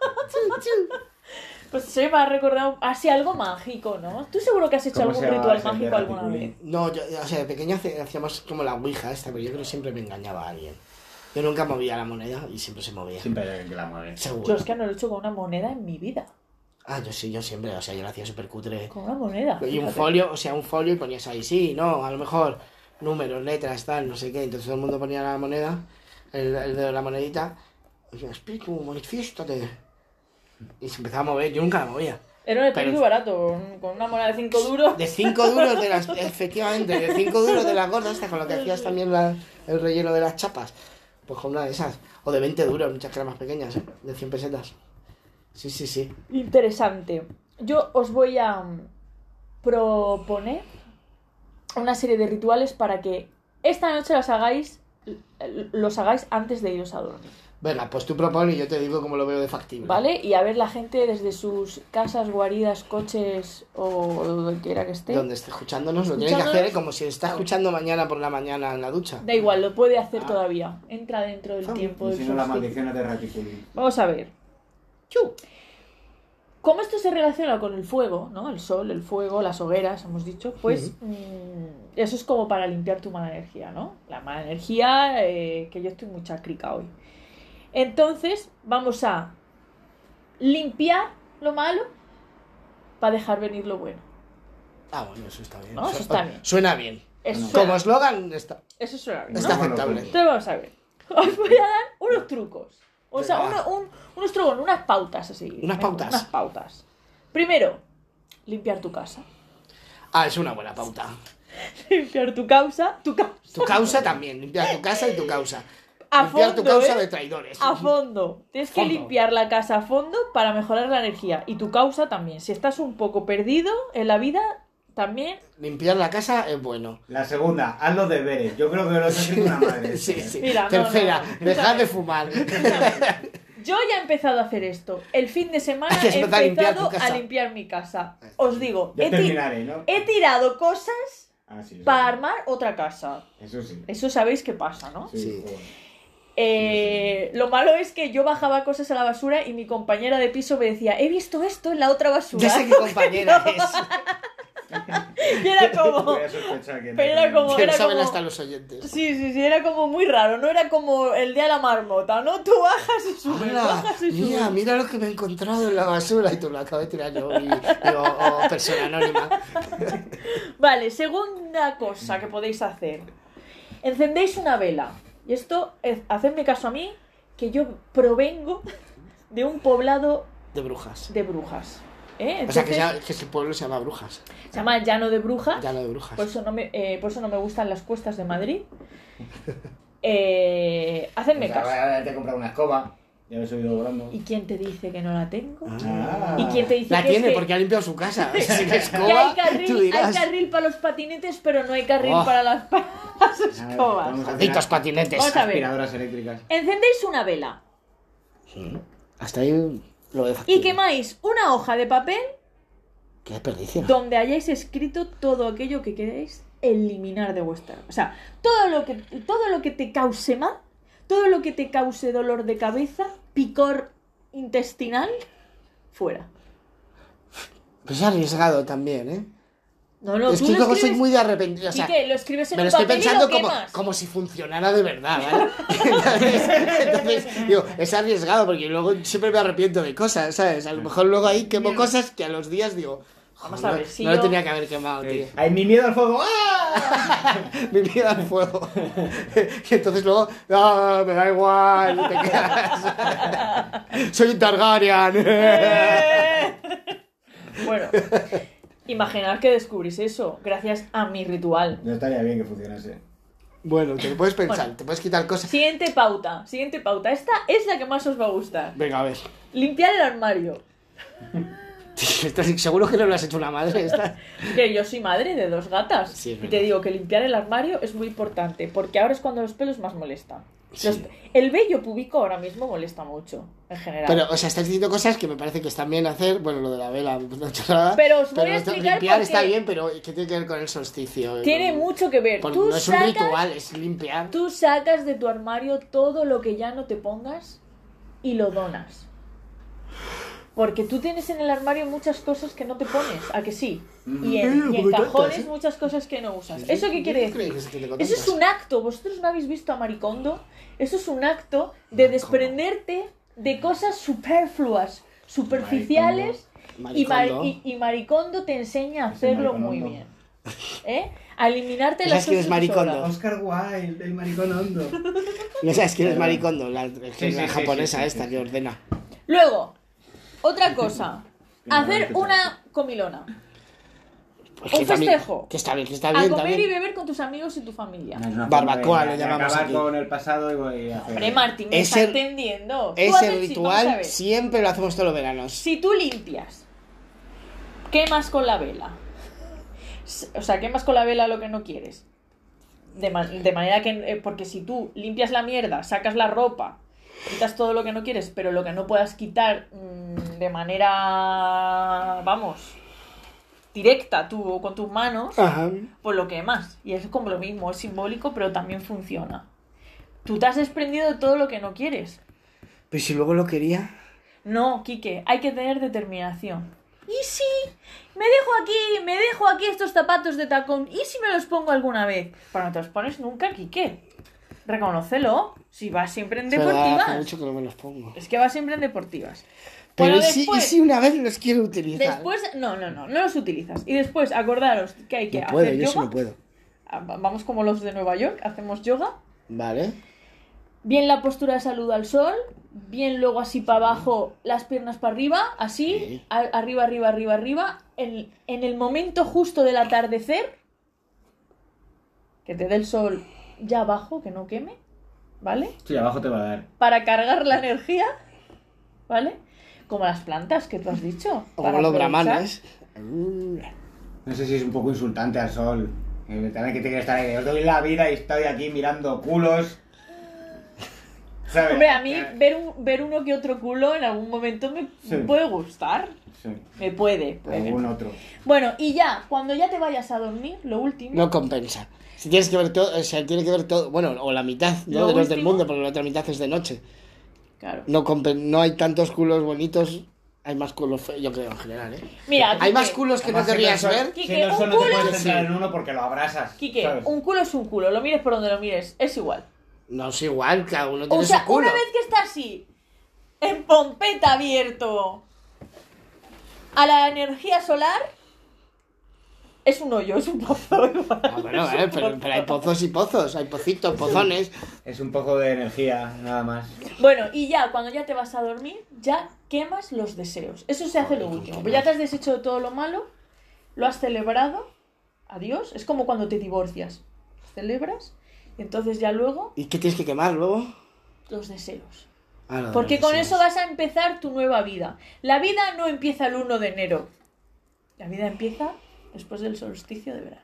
Pues se me ha recordado así algo mágico, ¿no? ¿Tú seguro que has hecho ¿Cómo algún se llama ritual ese mágico de alguna Ratatouille? vez? No, yo, o sea, de pequeño hace- hacíamos como la ouija esta, pero yo creo que siempre me engañaba a alguien. Yo nunca movía la moneda y siempre se movía. Siempre que la mueve. Seguro. Yo es que no lo he hecho con una moneda en mi vida. Ah, yo sí, yo siempre, o sea, yo lo hacía súper cutre. Con una moneda. Y un fíjate. folio, o sea, un folio y ponías ahí, sí, no, a lo mejor números, letras, tal, no sé qué. Entonces todo el mundo ponía la moneda, el, el dedo de la monedita, y yo, espíritu, manifiéstate. Y se empezaba a mover, yo nunca la movía. Era un espíritu Pero- barato, con una moneda de cinco duros. De cinco duros de las, efectivamente, de cinco duros de las gordas, hasta con lo que hacías también la- el relleno de las chapas. Pues con una de esas. O de veinte duros, muchas que eran más pequeñas, ¿eh? De cien pesetas. Sí, sí, sí. Interesante. Yo os voy a mm, proponer una serie de rituales para que esta noche las hagáis, l- los hagáis antes de iros a dormir, Venga, pues tú propones y yo te digo cómo lo veo de factible. ¿vale? Y a ver la gente desde sus casas, guaridas, coches o donde quiera que esté. Donde esté escuchándonos, lo tiene que Escuchándonos. hacer como si está escuchando mañana por la mañana en la ducha. Da igual, lo puede hacer Ah. todavía. Entra dentro del Ah, tiempo Y del si no, la solsticio. maldición es de Ratatouille. Vamos a ver. Chu. Como esto se relaciona con el fuego, ¿no? El sol, el fuego, las hogueras, hemos dicho, pues mm, eso es como para limpiar tu mala energía, ¿no? La mala energía, eh, que yo estoy muy chacrica hoy. Entonces, vamos a limpiar lo malo para dejar venir lo bueno. Ah, bueno, eso está bien. No, eso Su- está bien. Suena bien. Eso, No. suena, Como eslogan está, eso suena bien, ¿no? está Vamos, aceptable. loco. Entonces vamos a ver. Os voy a dar unos trucos. O sea, Venga, uno- un- unos trucos, unas pautas así. Unas pautas. Unas pautas. Primero, limpiar tu casa. Ah, es una buena pauta. Limpiar tu causa, tu causa. Tu causa también, limpiar tu casa y tu causa. A limpiar fondo, tu causa ¿eh? de traidores. A fondo. Tienes que Fondo. limpiar la casa a fondo para mejorar la energía. Y tu causa también. Si estás un poco perdido en la vida, también. Limpiar la casa es bueno. La segunda, haz los deberes. Yo creo que lo hace una madre. Sí, sí. Mira, no, Tercera, no, no. dejar de fumar. Yo ya he empezado a hacer esto. El fin de semana Hay que he empezar a limpiar empezado tu casa. a limpiar mi casa. Os digo, Ya he, ti- terminaré, ¿no? he tirado cosas Ah, sí, eso para sí. armar otra casa. Eso sí. Eso sabéis qué pasa, ¿no? Sí, Sí. joder. Eh, lo malo es que yo bajaba cosas a la basura y mi compañera de piso me decía, he visto esto en la otra basura. Ya sé qué compañera es. Y era como... Voy a sospechar que pero era como- Que lo era saben como- hasta los oyentes. Sí, sí, sí, era como muy raro, no era como el día de la marmota, ¿no? Tú bajas y subes, Hola, bajas y subes. mira, mira lo que me he encontrado en la basura y tú lo acabas de tirar yo y digo, oh, persona anónima. Vale, segunda cosa que podéis hacer. Encendéis una vela. Y esto, es, hacedme caso a mí, que yo provengo de un poblado De brujas. de brujas. ¿eh? O sea, que, Entonces, sea- que ese pueblo se llama Brujas. se llama Llano de Brujas. Ya no de brujas. Por eso no me, eh, por eso no me gustan las cuestas de Madrid. Eh, hacedme O sea, caso. ahora te he comprado una escoba. Ya lo he subido volando. ¿Y quién te dice que no la tengo? Ah. ¿Y quién te dice La que tiene es que, porque ha limpiado su casa. O sea, que que escoba, hay tú carril, hay dirás. carril para los patinetes, pero no hay carril Oh. para las, para las A ver, escobas? vamos a Malditos hacer patinetes. Vamos a ver. aspiradoras eléctricas. Encendéis una vela Sí. Hasta ahí lo de factible. y quemáis una hoja de papel Qué desperdicio. donde hayáis escrito todo aquello que queréis eliminar de vuestra. O sea, todo lo que, todo lo que te cause mal, todo lo que te cause dolor de cabeza, picor intestinal, fuera. Pues es arriesgado también, ¿eh? No, no, es tú que lo luego soy escribes- muy de arrepentido. O sea, ¿Y qué? Lo escribes en me lo un estoy papel pensando y lo como, quemas. como si funcionara de verdad, ¿vale? Entonces, entonces, digo, es arriesgado porque luego siempre me arrepiento de cosas, ¿sabes? A lo mejor luego ahí quemo cosas que a los días digo, Vamos joder, a ver, si no lo yo- tenía que haber quemado, tío. ¡Ay, mi miedo al fuego! ¡Ah! Mi vida al fuego. Y entonces luego, no, me da igual, y te quedas. Soy un Targaryen. Eh. Bueno, imaginad que descubrís eso gracias a mi ritual. No estaría bien que funcionase. Bueno, te lo puedes pensar, Bueno. te puedes quitar cosas. Siguiente pauta, siguiente pauta. Esta es la que más os va a gustar. Venga, a ver. Limpiar el armario. ¿Estás seguro que no lo has hecho una madre? Esta? Que yo soy madre de dos gatas. Sí, es y te verdad. digo que limpiar el armario es muy importante, porque ahora es cuando los pelos más molestan. Sí. Los- el vello púbico ahora mismo molesta mucho, en general. Pero, o sea, estás diciendo cosas que me parece que están bien hacer. Bueno, lo de la vela, no he hecho nada. Pero os voy a esto- explicar limpiar por está qué. bien, pero ¿qué tiene que ver con el solsticio? Tiene Con- mucho que ver. por- Tú no es un sacas, ritual, es limpiar. tú sacas de tu armario todo lo que ya no te pongas y lo donas. Porque tú tienes en el armario muchas cosas que no te pones, ¿a que sí? Y en, y en Como tantas, cajones ¿eh? muchas cosas que no usas. Sí, ¿Eso sí, qué yo quiere no creo decir? que se tenga Eso es tantas. un acto. ¿Vosotros no habéis visto a Maricondo? Eso es un acto de Maricondo. desprenderte de cosas superfluas, superficiales. Y, Mar- Maricondo. y- y Maricondo te enseña a Ese hacerlo muy Maricondo. bien. ¿Eh? A eliminarte ¿Sabes las quién es cosas que te Maricondo? sobran. Oscar Wilde, el maricón hondo. No sabes quién es Maricondo, la, la sí, sí, japonesa sí, sí, esta sí. que ordena. Luego, otra cosa. No, no, Hacer no, no. una comilona. Pues Un que también- festejo. Que está bien, que está A bien, comer y también. beber con tus amigos y tu familia. Es una Barbacoa forma de- lo de llamamos acabar aquí. con el pasado y voy a hacer... Hombre, Martín, me Ese- está entendiendo. Tú Ese haces- sí, vamos a ritual ver. siempre lo hacemos todos los veranos. Si tú limpias, quemas con la vela. S- O sea, quemas con la vela lo que no quieres. De, ma- de manera que... eh, porque si tú limpias la mierda, sacas la ropa, quitas todo lo que no quieres, pero lo que no puedas quitar mm, de manera... Vamos... directa tú con tus manos, Ajá. pues lo quemas. Y es como lo mismo, es simbólico, pero también funciona. Tú te has desprendido de todo lo que no quieres. Pero si luego lo quería. No, Quique, hay que tener determinación. ¿Y si me dejo aquí, me dejo aquí estos zapatos de tacón? ¿Y si me los pongo alguna vez? Pero no te los pones nunca, Quique. Reconócelo. Si vas siempre en Es verdad, hace deportivas. mucho que no me los pongo. Es que vas siempre en deportivas. Pero Bueno, ¿y, si, después- ¿y si una vez los quiero utilizar? Después, no, no, no, no los utilizas. Y después, acordaros que hay que No puedo, hacer yo sí yoga. no puedo. Ah, va- Vamos como los de Nueva York, hacemos yoga. Vale. Bien la postura de salud al sol, bien luego así para abajo, las piernas para arriba, así, Sí. a- arriba, arriba, arriba, arriba. En, en el momento justo del atardecer, que te dé el sol ya abajo, que no queme, ¿vale? Sí, abajo te va a dar. Para cargar la energía, ¿vale? Como las plantas que tú has dicho. O para como los aprovechar. brahmanes. No sé si es un poco insultante al sol. Eh, También que tiene que estar ahí. Os doy la vida y estoy aquí mirando culos. ¿Sabes? Hombre, a mí ver, un- ver uno que otro culo en algún momento me Sí. puede gustar. Sí, Me puede. puede. algún otro. Bueno, y ya, cuando ya te vayas a dormir, lo último. No compensa. Si tienes que ver todo, o sea, tiene que ver todo, bueno, o la mitad, ¿no? Lo De los del último- mundo, porque la otra mitad es de noche. Claro. No, compen- no hay tantos culos bonitos, hay más culos feos, yo creo, en general, ¿eh? Mira, Hay Quique, más culos que no Además, querrías si no son- ver. Quique, Si no un son, no te culo- puedes centrar Sí. en uno porque lo abrazas. Quique, ¿sabes? un culo es un culo, lo mires por donde lo mires, es igual. No es igual, cada uno tiene O sea, su culo. una vez que está así, en pompeta abierto a la energía solar, es un hoyo, es un pozo igual. Ah, bueno, es un eh, pero, pozo. pero hay pozos y pozos, hay pocitos, pozones. Es un poco de energía, nada más. Bueno, y ya, cuando ya te vas a dormir, ya quemas los deseos. Eso se hace lo Joder, último. qué Pues ya mal. te has deshecho de todo lo malo, lo has celebrado, adiós. Es como cuando te divorcias. Celebras, y entonces ya luego, ¿Y qué tienes que quemar luego? los deseos. Ah, lo de Porque los con deseos. eso vas a empezar tu nueva vida. La vida no empieza el uno de enero. La vida empieza después del solsticio de verano.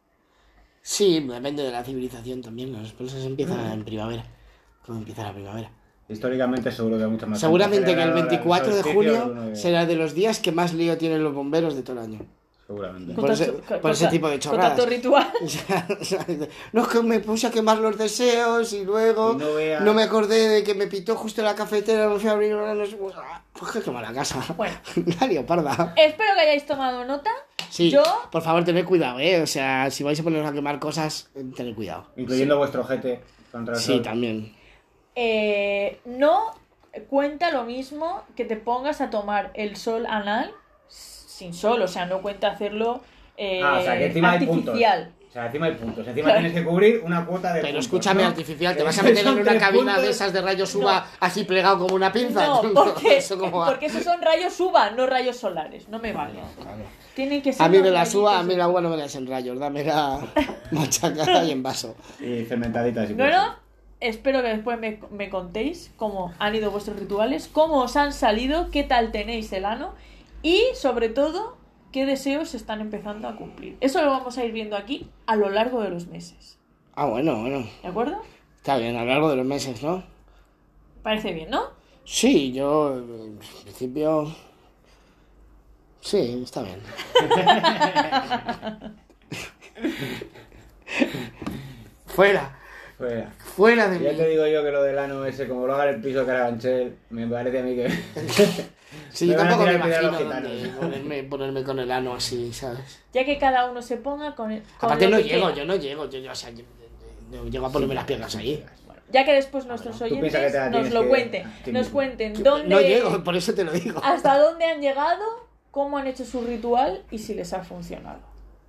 Sí, depende de la civilización también. Los cosas empiezan Mm. en primavera. ¿Cómo empieza la primavera? Históricamente seguro que hay mucha más. Seguramente gente que el celebra veinticuatro de solsticio que julio uno de- será de los días que más lío tienen los bomberos de todo el año. Seguramente. Por ese- tu- por con ese ta- tipo de con chorradas. tanto ritual. O sea, o sea, no es que me puse a quemar los deseos y luego Y no veas- no me acordé de que me pitó justo la cafetera, me fui a abrir, no sé, pues que quemar la casa. Bueno. La leoparda. Espero que hayáis tomado nota. Sí, Yo, por favor, tened cuidado, ¿eh? O sea, si vais a poneros a quemar cosas, eh, tened cuidado. Incluyendo vuestro ojete contra el Sí, sol. también. eh, no cuenta lo mismo que te pongas a tomar el sol anal sin sol. O sea, no cuenta hacerlo eh, Ah, o sea, que encima hay puntos. artificial. O sea, encima hay puntos. Encima Claro. tienes que cubrir una cuota de Pero puntos, escúchame, ¿no? artificial, te Que vas a meter en son una tres cabina puntos. de esas de rayos uva así plegado como una pinza. No, porque, Eso cómo va. porque esos son rayos uva, no rayos solares. No me vale. Tienen que ser A mí los me la rayitos suba, a mí de- la uva no me la des en rayos, dame la machacada y en vaso. Y cementaditas y Bueno, espero que después me, me contéis cómo han ido vuestros rituales, cómo os han salido, qué tal tenéis el ano y, sobre todo, qué deseos se están empezando a cumplir. Eso lo vamos a ir viendo aquí a lo largo de los meses. Ah, bueno, bueno. ¿De acuerdo? Está bien, a lo largo de los meses, ¿no? Parece bien, ¿no? Sí, yo en principio... Sí, está bien. Fuera, Fuera. fuera de Ya mí. te digo yo que lo del ano ese, como lo haga en el piso de Carabanchel, me parece a mí que... Sí, Me yo van a tampoco me tirar piedra imagino los dónde gitanos. ponerme, ponerme con el ano así, ¿sabes? Ya que cada uno se ponga con el. con Aparte lo no que llego, quiera. yo no llego, yo, yo, o sea, yo, yo- yo llego a ponerme las piernas ahí. Bueno, ya que después nuestros Bueno, tú piensas oyentes que te la nos tienes lo que- cuenten, a ti nos mismo. cuenten dónde, No llego, por eso te lo digo. hasta dónde han llegado, cómo han hecho su ritual y si les ha funcionado.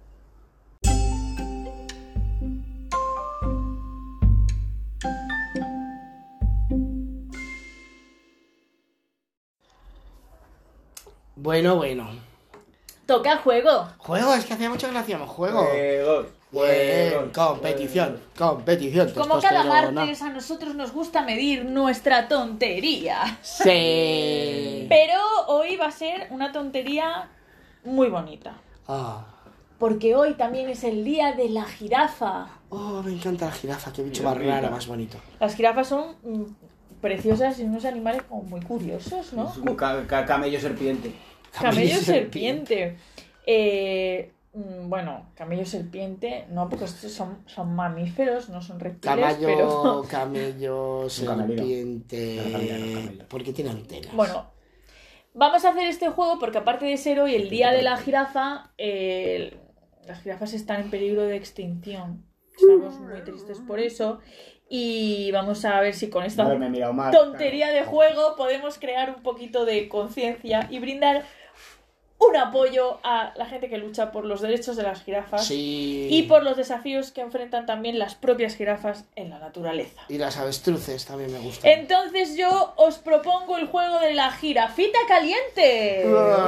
Bueno, bueno. Toca juego. Juego, es que hacía mucho que no hacíamos juego. Juegos, Bien, juegos, competición, competición. Como cada testosterona. martes a nosotros nos gusta medir nuestra tontería. Sí. Pero hoy va a ser una tontería muy bonita. Ah. Porque hoy también es el día de la jirafa. Oh, me encanta la jirafa, qué bicho Qué más rica. raro, más bonito. Las jirafas son mm, preciosas y unos animales como muy curiosos, ¿no? Es un ca- ca- camello serpiente. Camello serpiente. Eh, mm, bueno, camello serpiente, no, porque estos son, son mamíferos, no son reptiles, Caballo, pero... camello, Un camello. serpiente. Un camello, un camello. ¿Por qué tiene antenas? Bueno, vamos a hacer este juego porque aparte de ser hoy el día de la jirafa, eh, las jirafas están en peligro de extinción. Estamos muy tristes por eso y vamos a ver si con esta No haberme mirado mal. tontería de juego podemos crear un poquito de conciencia y brindar un apoyo a la gente que lucha por los derechos de las jirafas Sí. y por los desafíos que enfrentan también las propias jirafas en la naturaleza. Y las avestruces también me gustan. Entonces yo os propongo el juego de la jirafita caliente.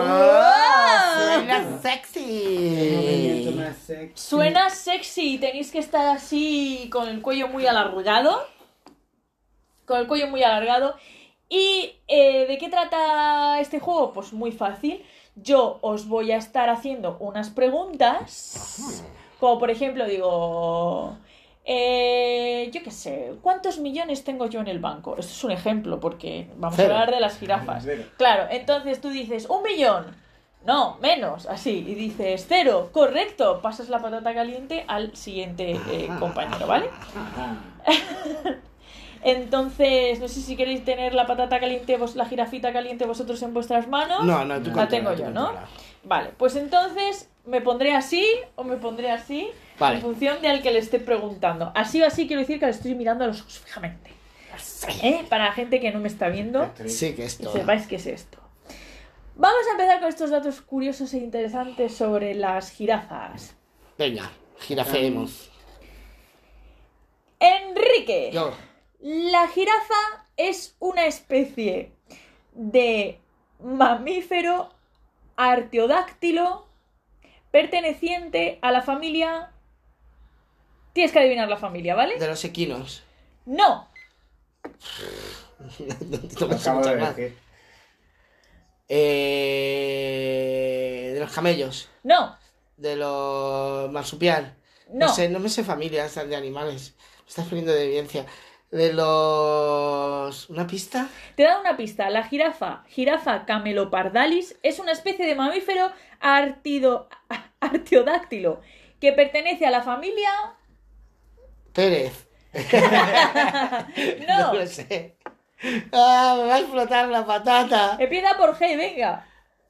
¡Wow! ¡Suena Movimiento sexy! más sexy. Suena sexy, tenéis que estar así con el cuello muy alargado. Con el cuello muy alargado. ¿Y eh, de qué trata este juego? Pues muy fácil. Yo os voy a estar haciendo unas preguntas. Como por ejemplo, digo... eh, yo qué sé, ¿cuántos millones tengo yo en el banco? Esto es un ejemplo porque vamos Cero. a hablar de las jirafas. Cero. Claro, entonces tú dices, un millón. No, menos, así. Y dices, cero, correcto. Pasas la patata caliente al siguiente eh, compañero, ¿vale? Ajá. Entonces, no sé si queréis tener la patata caliente, vos, la jirafita caliente vosotros en vuestras manos. No, no, tú La controla, tengo tú yo, ¿no? controla. Vale, pues entonces me pondré así o me pondré así Vale. en función de al que le esté preguntando. Así o así quiero decir que le estoy mirando a los ojos fijamente. ¿Eh? Para la gente que no me está viendo Sí, que y esto. sepáis qué es esto. Vamos a empezar con estos datos curiosos e interesantes sobre las jirafas. Venga, girafeemos. Enrique. Yo. La jirafa es una especie de mamífero artiodáctilo perteneciente a la familia... Tienes que adivinar la familia, ¿vale? De los equinos. No, No me sé Acabo de muchas más. decir. Eh, de los camellos. no, De los marsupial. no. No sé, no me sé familias de animales. Me estás poniendo de evidencia. De los... ¿Una pista? Te he dado una pista. La jirafa, jirafa camelopardalis, es una especie de mamífero artido, artiodáctilo que pertenece a la familia... Pérez. No, lo sé. Ah, me va a explotar la patata. empieza por G, venga.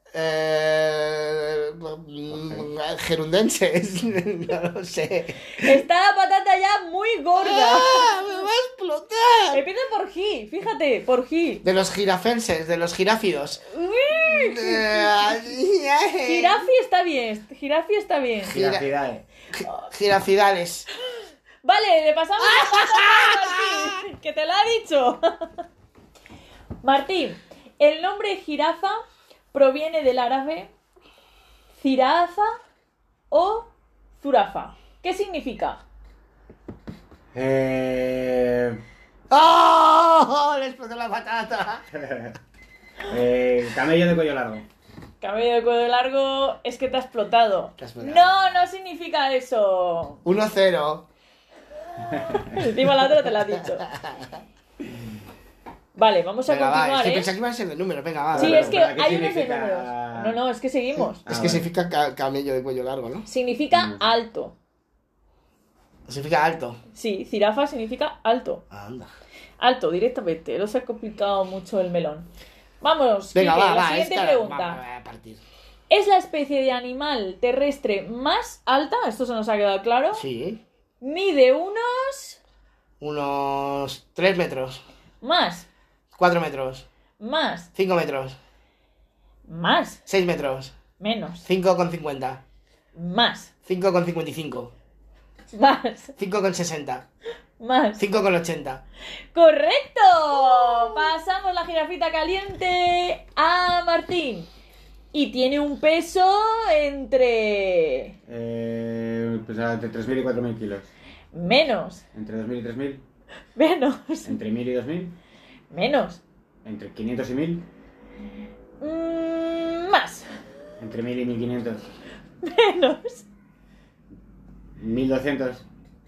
Eh, mm, gerundenses. No lo sé. Está la patata ya muy gorda. ¡Ah! ¡Me va a explotar! Empieza por G, fíjate, por G. De los jirafenses, de los giráfidos. Jirafi está bien, jirafi está bien. Giracidades. Girafidales. Vale, le pasamos la patata a Martín, que te lo ha dicho. Martín, el nombre jirafa proviene del árabe zirafa o zurafa. ¿Qué significa? Eh... ¡Oh! Le explotó la patata. eh, camello de cuello largo. Cabello de cuello largo es que te ha explotado. Te ha explotado. No, no significa eso. uno cero. Encima la otra te la ha dicho. Vale, vamos a Venga, va, continuar, es que ¿eh? pensaba que iba a ser de número, venga, va. Sí, dale, es que ¿Para qué hay unos de significa? números. No, no, es que seguimos. Es Ah, que vale. significa ca- camello de cuello largo, ¿no? Significa Mm. alto. Significa alto. Sí, jirafa significa alto. Anda. Alto, directamente. No se ha complicado mucho el melón. Vamos, Venga, Quique, va, la va, siguiente esta pregunta. va, va a partir. ¿Es la especie de animal terrestre más alta? Esto se nos ha quedado claro. Sí. Mide unos... Unos tres metros, Más. cuatro metros, Más. cinco metros, Más. seis metros, Menos. cinco con cincuenta, Más. cinco con cincuenta y cinco, Más. cinco con sesenta, Más. cinco con ochenta. ¡Correcto! Pasamos la jirafita caliente a Martín. Y tiene un peso entre... Eh, pues entre tres mil y cuatro mil kilos. Menos. Entre dos mil y tres mil. Menos. Entre mil y dos mil. Menos. Entre quinientos y mil. Mm, más. Entre mil y mil quinientos. Menos. mil doscientos.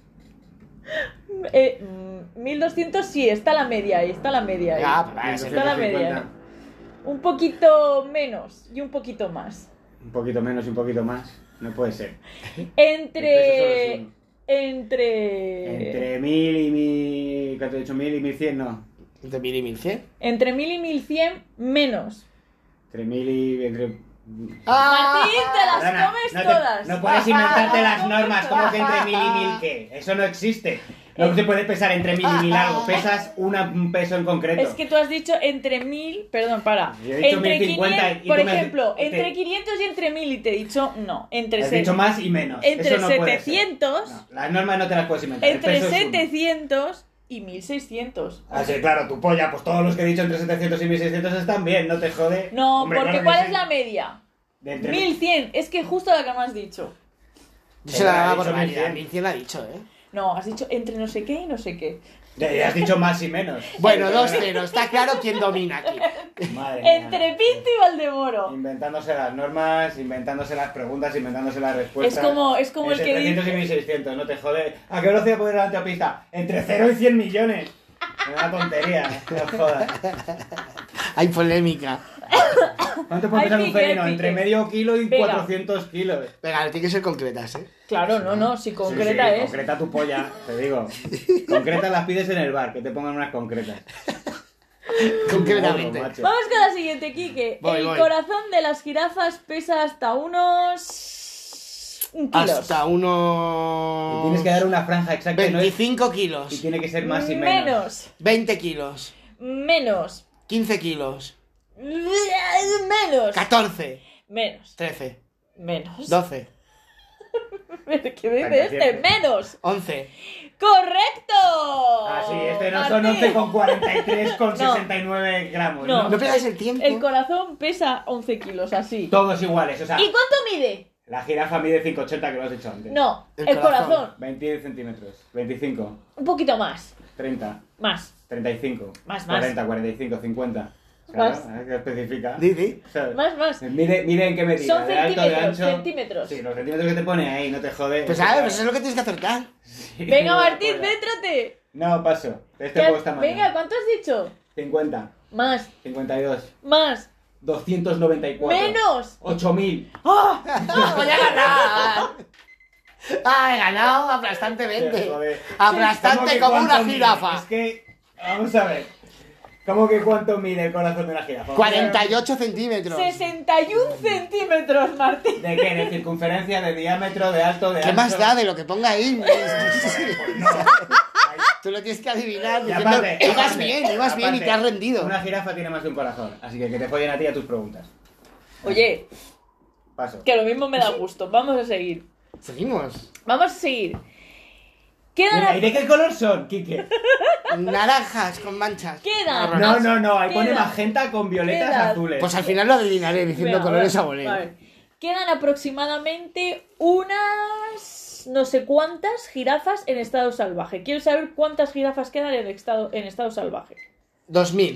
Eh, mm, mil doscientos sí, está la media ahí, está la media ahí. Ya, pues va, es Está la media. cincuenta. Un poquito menos y un poquito más. Un poquito menos y un poquito más. No puede ser. Entre... El peso solo es Entre... Entre mil y mil. ¿Cuánto he dicho? Mil y mil cien, no. Entre mil y mil cien. Entre mil y mil cien menos. Entre mil y. Entre... Martín, te las Perdona, comes no te- todas. No puedes inventarte las comes normas, como que entre mil y mil qué. Eso no existe. No se puede pesar entre mil y mil algo. Pesas una- un peso en concreto. Es que tú has dicho entre mil, perdón, para. Yo he dicho Entre mil cincuenta quinientos, y por tú me has- ejemplo, te- entre quinientos y entre mil y te he dicho no, entre Has se- dicho más y menos. entre Eso no puede ser. setecientos, No, las normas no te las puedes inventar. El entre peso es uno. setecientos y mil seiscientos. Ah, sí, claro, tu polla, pues todos los que he dicho entre setecientos y mil seiscientos están bien, no te jode. No, Hombre, porque claro que ¿cuál sí. es la media? De entre mil cien, es que justo la que me has dicho. Yo se la Pero ha daba dicho por válida. mil cien. mil cien la ha dicho, ¿eh? No, has dicho entre no sé qué y no sé qué. Ya, ya has dicho más y menos. Bueno, dos cero. Está claro quién domina aquí. Madre mía. Entre Pinto y Valdemoro. Inventándose las normas, inventándose las preguntas, inventándose las respuestas. Es como- es como el que setecientos dice- y mil seiscientos, no te jode. ¿A qué velocidad puede ir a la autopista? Entre cero y cien millones. Una tontería, no jodas. Hay polémica. ¿Cuánto puede Ay, pesar un pique, felino? pique. Entre medio kilo y Venga. cuatrocientos kilos. Venga, tiene que ser concretas, ¿eh? Claro, no, no, si concreta Sí, sí, es. concreta tu polla, te digo. Concretas las pides en el bar, que te pongan unas concretas. Concretamente. Macho, macho. Vamos con la siguiente, Quique. Voy, El voy. corazón de las jirafas pesa hasta unos... kilos. Hasta unos... Y tienes que dar una franja exacta y no es- veinticinco y kilos. tiene que ser más y menos. Menos. veinte kilos. Menos. quince kilos. Menos. catorce. Menos. trece. Menos. doce. ¿Qué dice Venga, este? siempre. Menos. once. ¡Correcto! Ah, sí, este no son Martín. once con cuarenta y tres con sesenta y nueve gramos, No. ¿no? No pierdas el tiempo. El corazón pesa once kilos, así. Todos iguales, o sea, ¿Y cuánto mide? la jirafa mide cinco ochenta, que lo has dicho antes. No, el, El corazón. corazón. veinte centímetros, veinticinco, Un poquito más. treinta, Más. treinta y cinco, Más, más. cuarenta, cuarenta y cinco, cincuenta. Más. Claro, ¿eh? Que especifica. Di, di. ¿Sabes? Más, más. Mide, mide en qué medida, Son de alto, de centímetros, ancho. centímetros. Sí, los centímetros que te pone ahí, no te jode. Pues Eso, sabes, claro. pues eso es lo que tienes que acertar. Sí, Venga, no, Martín, fuera. céntrate. No, paso. Este ¿Qué juego has- está mal. Venga, ¿cuánto has dicho? cincuenta, Más. cincuenta y dos, Más. doscientos noventa y cuatro. Menos. ocho mil. ¡Ah! ¡Voy a ganar! ¡Ah, he ganado aplastantemente! Joder. Aplastante ¿Cómo como que una cuánto jirafa. mide? Es que, vamos a ver. ¿Cómo que cuánto mide el corazón de una jirafa? cuarenta y ocho centímetros. sesenta y uno centímetros, Martín. ¿De qué? ¿De circunferencia, de diámetro, de alto, de ¿Qué ancho? más da de lo que ponga ahí? No. Tú lo tienes que adivinar Y diciendo, aparte, ibas aparte, bien, ibas bien y aparte, te has rendido. Una jirafa tiene más de un corazón, así que que te follen a ti a tus preguntas. Oye, Paso. que lo mismo me da gusto. Vamos a seguir. Seguimos. Vamos a seguir. Quedan, Venga, ¿y de qué color son, Quique? Naranjas con manchas. Quedan. No, no, no, ahí pone Queda. magenta con violetas Queda. azules. Pues al final lo adivinaré diciendo Venga, colores va, a voleo. a ver. Quedan aproximadamente unas no sé cuántas jirafas en estado salvaje. Quiero saber cuántas jirafas quedan en estado, en estado salvaje. dos mil,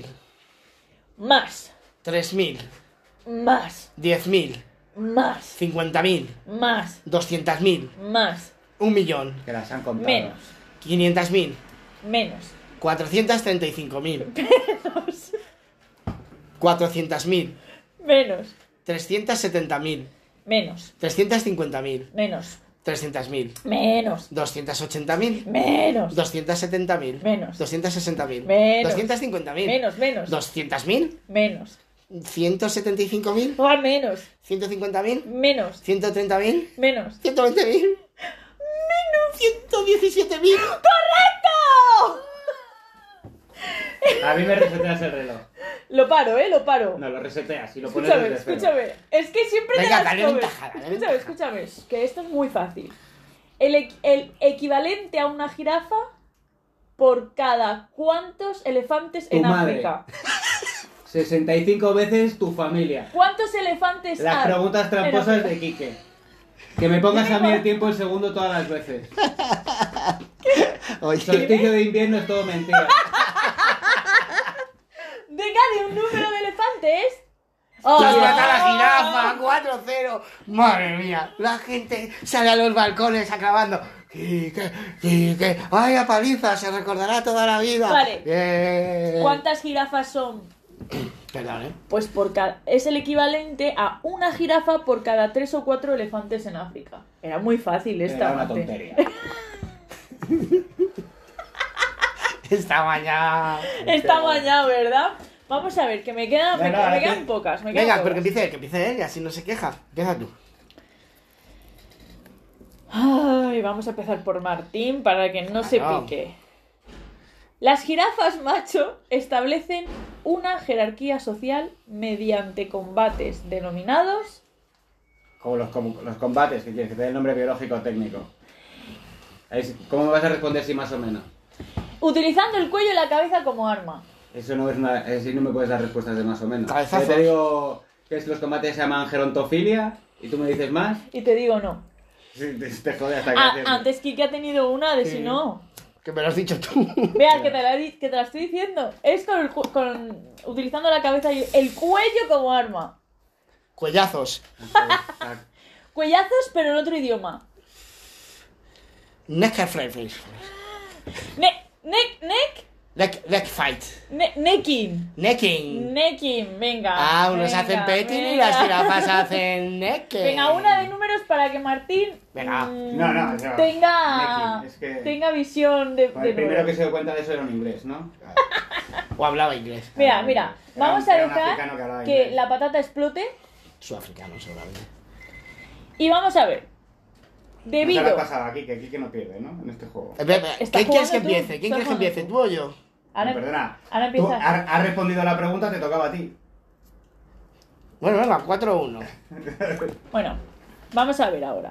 Más, tres mil, más, diez mil, más, cincuenta mil, más, doscientos mil, más, un millón, Que las han contado. menos, quinientos mil. Menos. cuatrocientos treinta y cinco mil. Menos. cuatrocientos mil. Menos. trescientos setenta mil. Menos. trescientos cincuenta mil. Menos. trescientos mil. Menos. doscientos ochenta mil. Menos. doscientos setenta mil. Menos. doscientos sesenta mil. Menos. doscientos cincuenta mil. Menos, menos. doscientos mil. Menos. ciento setenta y cinco mil. Ah, menos. ciento cincuenta mil. Menos. ciento treinta mil. Menos. ciento veinte mil. Menos. ciento diecisiete mil. ¡Correcto! A mí me reseteas el reloj. Lo paro, ¿eh? Lo paro. No, lo reseteas y lo pones Escúchame, desde cero. escúchame. Es que siempre te Venga, las dale comes. ventaja, dale Escúchame, ventaja. escúchame. Que esto es muy fácil. El, equ- el equivalente a una jirafa por cada cuántos elefantes Tu en madre. África. sesenta y cinco veces tu familia. ¿Cuántos elefantes Las hay preguntas en tramposas África? de Quique. Que me pongas a mí el tiempo en segundo todas las veces. Oye, Solsticio de invierno es todo mentira. Venga, de un número de elefantes. ¡Te has ¡Oh! matado a la jirafa! cuatro cero. Madre mía, la gente sale a los balcones acabando. Quique, Quique, vaya paliza, se recordará toda la vida. Vale. Eh... ¿Cuántas jirafas son? Perdón, ¿eh? Pues por ca- es el equivalente a una jirafa por cada tres o cuatro elefantes en África. Era muy fácil esta. Era una Mate. tontería. Esta mañana. Está mañana, ¿verdad? Vamos a ver, que me quedan, me, No, no, ahora me quedan que- pocas. Me quedan Venga, pocas. pero que empiece él, que empiece él y así no se queja. Empieza tú. Ay, vamos a empezar por Martín para que no se Claro. pique. Las jirafas macho establecen una jerarquía social mediante combates denominados... Como los, como los combates, que quieres que te dé el nombre biológico o técnico. Es- ¿Cómo me vas a responder si más o menos? utilizando el cuello y la cabeza como arma. Eso no es una. Así no me puedes dar respuestas de más o menos. Cabezazos. Yo te digo que es- los combates se llaman gerontofilia y tú me dices más. Y te digo no. Sí, te, te jode hasta que Ah, aciertes. antes Kike ha tenido una de si Sí. no. Que me lo has dicho tú. Vea, que te, la, di- que te la estoy diciendo. Es con, el cu- con utilizando la cabeza y el cuello como arma. Cuellazos. Cuellazos, pero en otro idioma. Neck fight. Ne neck, neck, Neck, neck fight. ne necking. Necking. Necking, venga. Ah, unos venga, hacen petting y venga. las jirafas hacen necking. Venga, una de números para que Martín Venga. mm, No, no, o sea, tenga, necking, es que- tenga visión de, Bueno, de el primero números. que se dio cuenta de eso era un inglés, ¿no? O hablaba inglés. Mira, mira, Era vamos un- a era un africano dejar que hablaba que inglés. la patata explote Sudafricano, seguramente. y vamos a ver. No se Debido... la pasaba aquí, que aquí que no pierde, ¿no? En este juego. Eh, ve, ve, Estás ¿Quién quieres que jugando tú, empiece? ¿Quién estás quieres que empiece? jugando ¿Tú o yo? Ahora, No, perdona. ahora Tú empieza. has, has respondido a la pregunta, te tocaba a ti. Bueno, venga, cuatro uno. Bueno, vamos a ver ahora.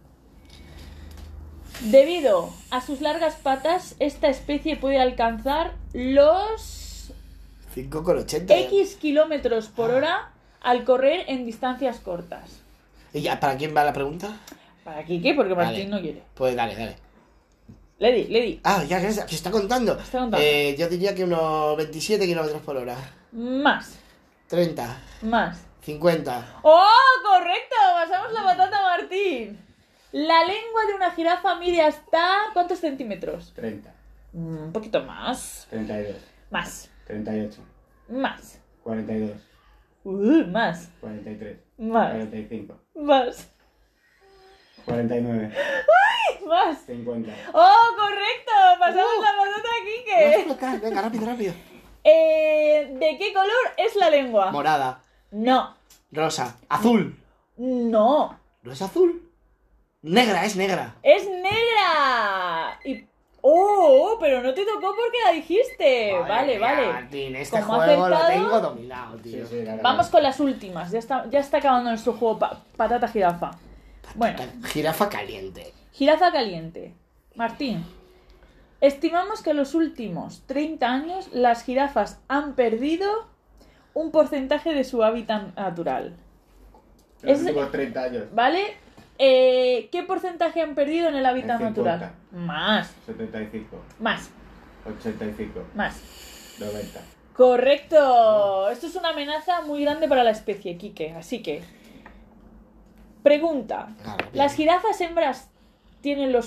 Debido a sus largas patas, esta especie puede alcanzar los cinco con ochenta. X kilómetros por hora al correr en distancias cortas. ¿Y ya, para quién va la pregunta? ¿Para Kike? Porque Martín Vale. no quiere. Pues dale, dale. Le di, le di. Ah, ya, ya, ya, que está contando. Está contando. Eh, yo diría que unos veintisiete kilómetros por hora. Más, treinta, más. cincuenta. ¡Oh, correcto! Pasamos la patata a Martín. La lengua de una jirafa mide hasta... ¿Cuántos centímetros? treinta, Mm, un poquito más. treinta y dos, Más. treinta y ocho, Más. cuarenta y dos, Uh, más. cuarenta y tres, Más. cuarenta y cinco, Más. cuarenta y nueve, Más. cincuenta. ¡Oh, correcto! Pasamos Uh. la patata a No Kike. explotar. Venga, rápido, rápido. Eh, ¿de qué color es la lengua? Morada, No. rosa, azul. No. ¿No es azul? Negra, es negra. ¡Es negra! Y... ¡Oh! Pero no te tocó porque la dijiste. Madre Vale, mía, vale. Martín, este Como ha juego lo acertado- tengo dominado, tío. Sí, sí, la verdad. Vamos con las últimas. Ya está, ya está acabando nuestro juego pa- patata jirafa. Bueno, Jirafa caliente. jirafa caliente. Martín, estimamos que en los últimos treinta años las jirafas han perdido un porcentaje de su hábitat natural. En los es- últimos treinta años, ¿Vale? Eh, ¿Qué porcentaje han perdido en el hábitat El cincuenta. natural? Más, setenta y cinco, más, ochenta y cinco, más. noventa. Correcto. Esto es una amenaza muy grande para la especie, Quique. Así que... Pregunta. Claro, ¿Las jirafas hembras tienen los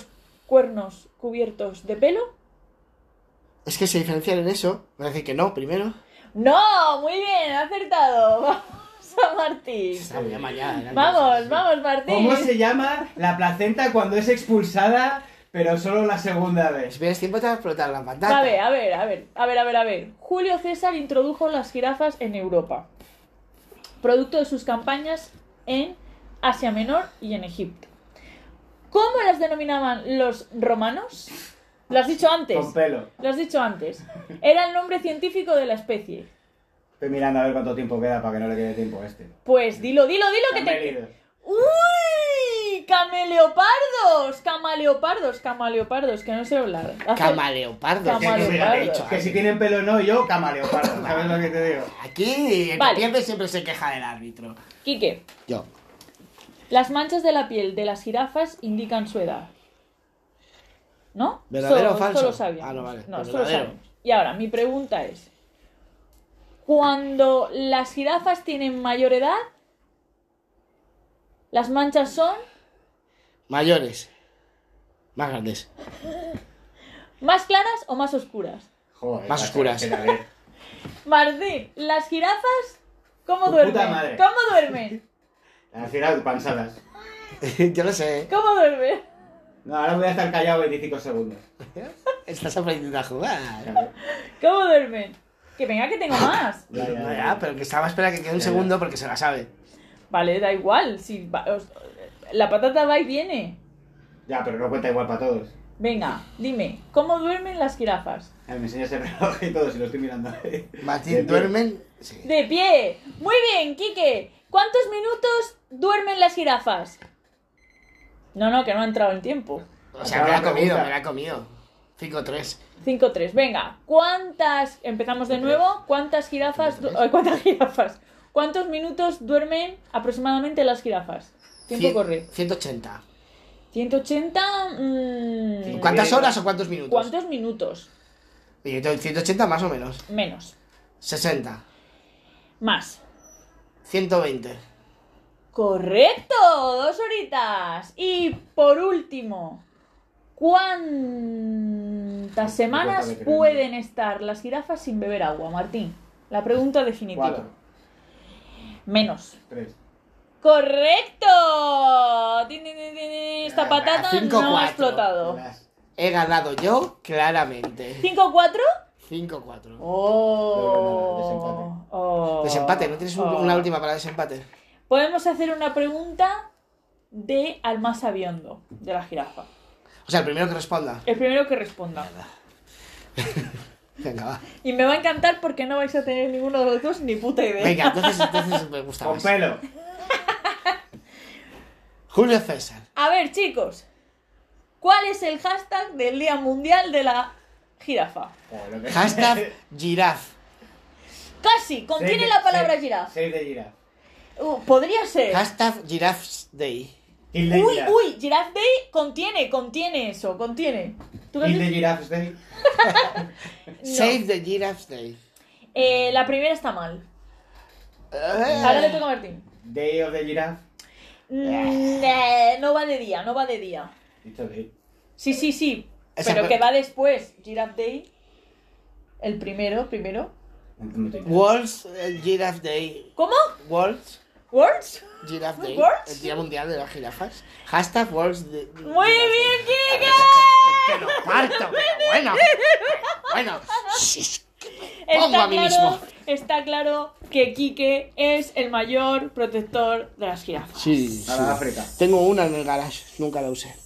cuernos cubiertos de pelo? Es que se diferencian en eso. Voy a decir que no, primero. ¡No! Muy bien, ha acertado. Vamos a Martín. Está muy amañada. Vamos, vamos, Martín. ¿Cómo se llama la placenta cuando es expulsada, pero solo la segunda vez? Si tienes tiempo te va a explotar la pantalla. A ver, a ver, a ver, a ver, a ver, a ver. Julio César introdujo las jirafas en Europa, producto de sus campañas en Asia Menor y en Egipto. ¿Cómo las denominaban los romanos? Lo has dicho antes. Con pelo. Lo has dicho antes. Era el nombre científico de la especie. Estoy mirando a ver cuánto tiempo queda para que no le quede tiempo a este. Pues dilo, dilo, dilo que te... Camelidos. ¡Uy! ¡Cameleopardos! Camaleopardos, camaleopardos, que no sé hablar. Hace- Camaleopardo. Camaleopardo. ¿Qué te he dicho? Que si tienen pelo no, yo camaleopardo. ¿Sabes lo que te digo? Aquí el Vale. que pierde siempre se queja del árbitro. Quique, Yo. las manchas de la piel de las jirafas indican su edad. ¿No? ¿Verdadero Solo- o falso? Solo sabíamos. Ah, no, vale. No, Pues solo verdadero. sabemos. Y ahora, mi pregunta es: cuando las jirafas tienen mayor edad, las manchas son Mayores. Más grandes. más claras o más oscuras. Joder, Más va a oscuras. ser, a ver. Martín, las jirafas, ¿cómo Tu duermen? puta madre. ¿Cómo duermen? Las jirafas panzadas. Yo lo sé. ¿Cómo duermen? No, ahora voy a estar callado veinticinco segundos. Estás aprendiendo a jugar. ¿Cómo duermen? Que venga, que tengo más. Ya, ya, No, ya. ya, pero que estaba espera que quede un Ya, segundo porque se la sabe. Vale, da igual. Si va- os- la patata va y viene. Ya, pero no cuenta igual para todos. Venga, dime, ¿cómo duermen las jirafas? A ver, me enseñas el reloj y todo, si lo estoy mirando. Martín, ¿duermen? Sí. De pie. Muy bien, Quique. ¿Cuántos minutos duermen las jirafas? No, no, que no ha entrado en tiempo. O sea, me la ha Otra comido, pregunta. me la ha comido. cinco tres. cinco tres. Venga, ¿cuántas... Empezamos de nuevo. ¿Cuántas jirafas... du- ay, ¿Cuántas jirafas? ¿Cuántos minutos duermen aproximadamente las jirafas? Tiempo corre. ciento ochenta. ciento ochenta... mm, ¿Cuántas horas o cuántos minutos? ¿Cuántos minutos? Y entonces, ciento ochenta más o menos. Menos. sesenta. Más. ciento veinte. Correcto, dos horitas. Y por último, ¿cuántas semanas de crema. pueden estar las jirafas sin beber agua, Martín? La pregunta definitiva. Cuatro, Menos. tres. ¡Correcto! Tin, tin, tin, tin. Esta patata Cinco, no ha cuatro. explotado. Las- He ganado yo claramente. ¿cinco cuatro? cinco cuatro. Oh, oh, Desempate, ¿no tienes un- oh. una última para desempate? Podemos hacer una pregunta de al más sabiondo de la jirafa. O sea, el primero que responda. El primero que responda. Venga, va. Y me va a encantar porque no vais a tener ninguno de los dos ni puta idea. Venga, entonces, entonces me gusta Con más. pelo. Julio César. A ver, chicos. ¿Cuál es el hashtag del Día Mundial de la Jirafa? Joder, lo que- Hashtag giraffe. Casi, contiene Save la the- palabra save- jirafa. Save the giraffe. Uh, podría ser. Hashtag Giraffes Day. Kill the Uy, giraffe. uy, Giraffe Day contiene, contiene eso, contiene. ¿Tú qué Kill the dices? giraffes day. No. Save the Giraffes Day. Eh, la primera está mal. Eh, Ahora le toca a Martín. Day of the giraffe. Mm, eh, no va de día, no va de día. Dicho day. Sí, sí, sí. Esa Pero pre- que va después. Giraffe Day. El primero, primero. World eh, Giraffe Day. ¿Cómo? World ¿Words? Giraffe Day. Words? El Día Mundial de las Jirafas. Hashtag World de- Muy bien, Kike. Que lo parto, pero bueno. Bueno. Shh, Está Pongo a mí claro, mismo. está claro que Quique es el mayor protector de las jirafas. Sí, A la África. Tengo una en el garage, nunca la usé.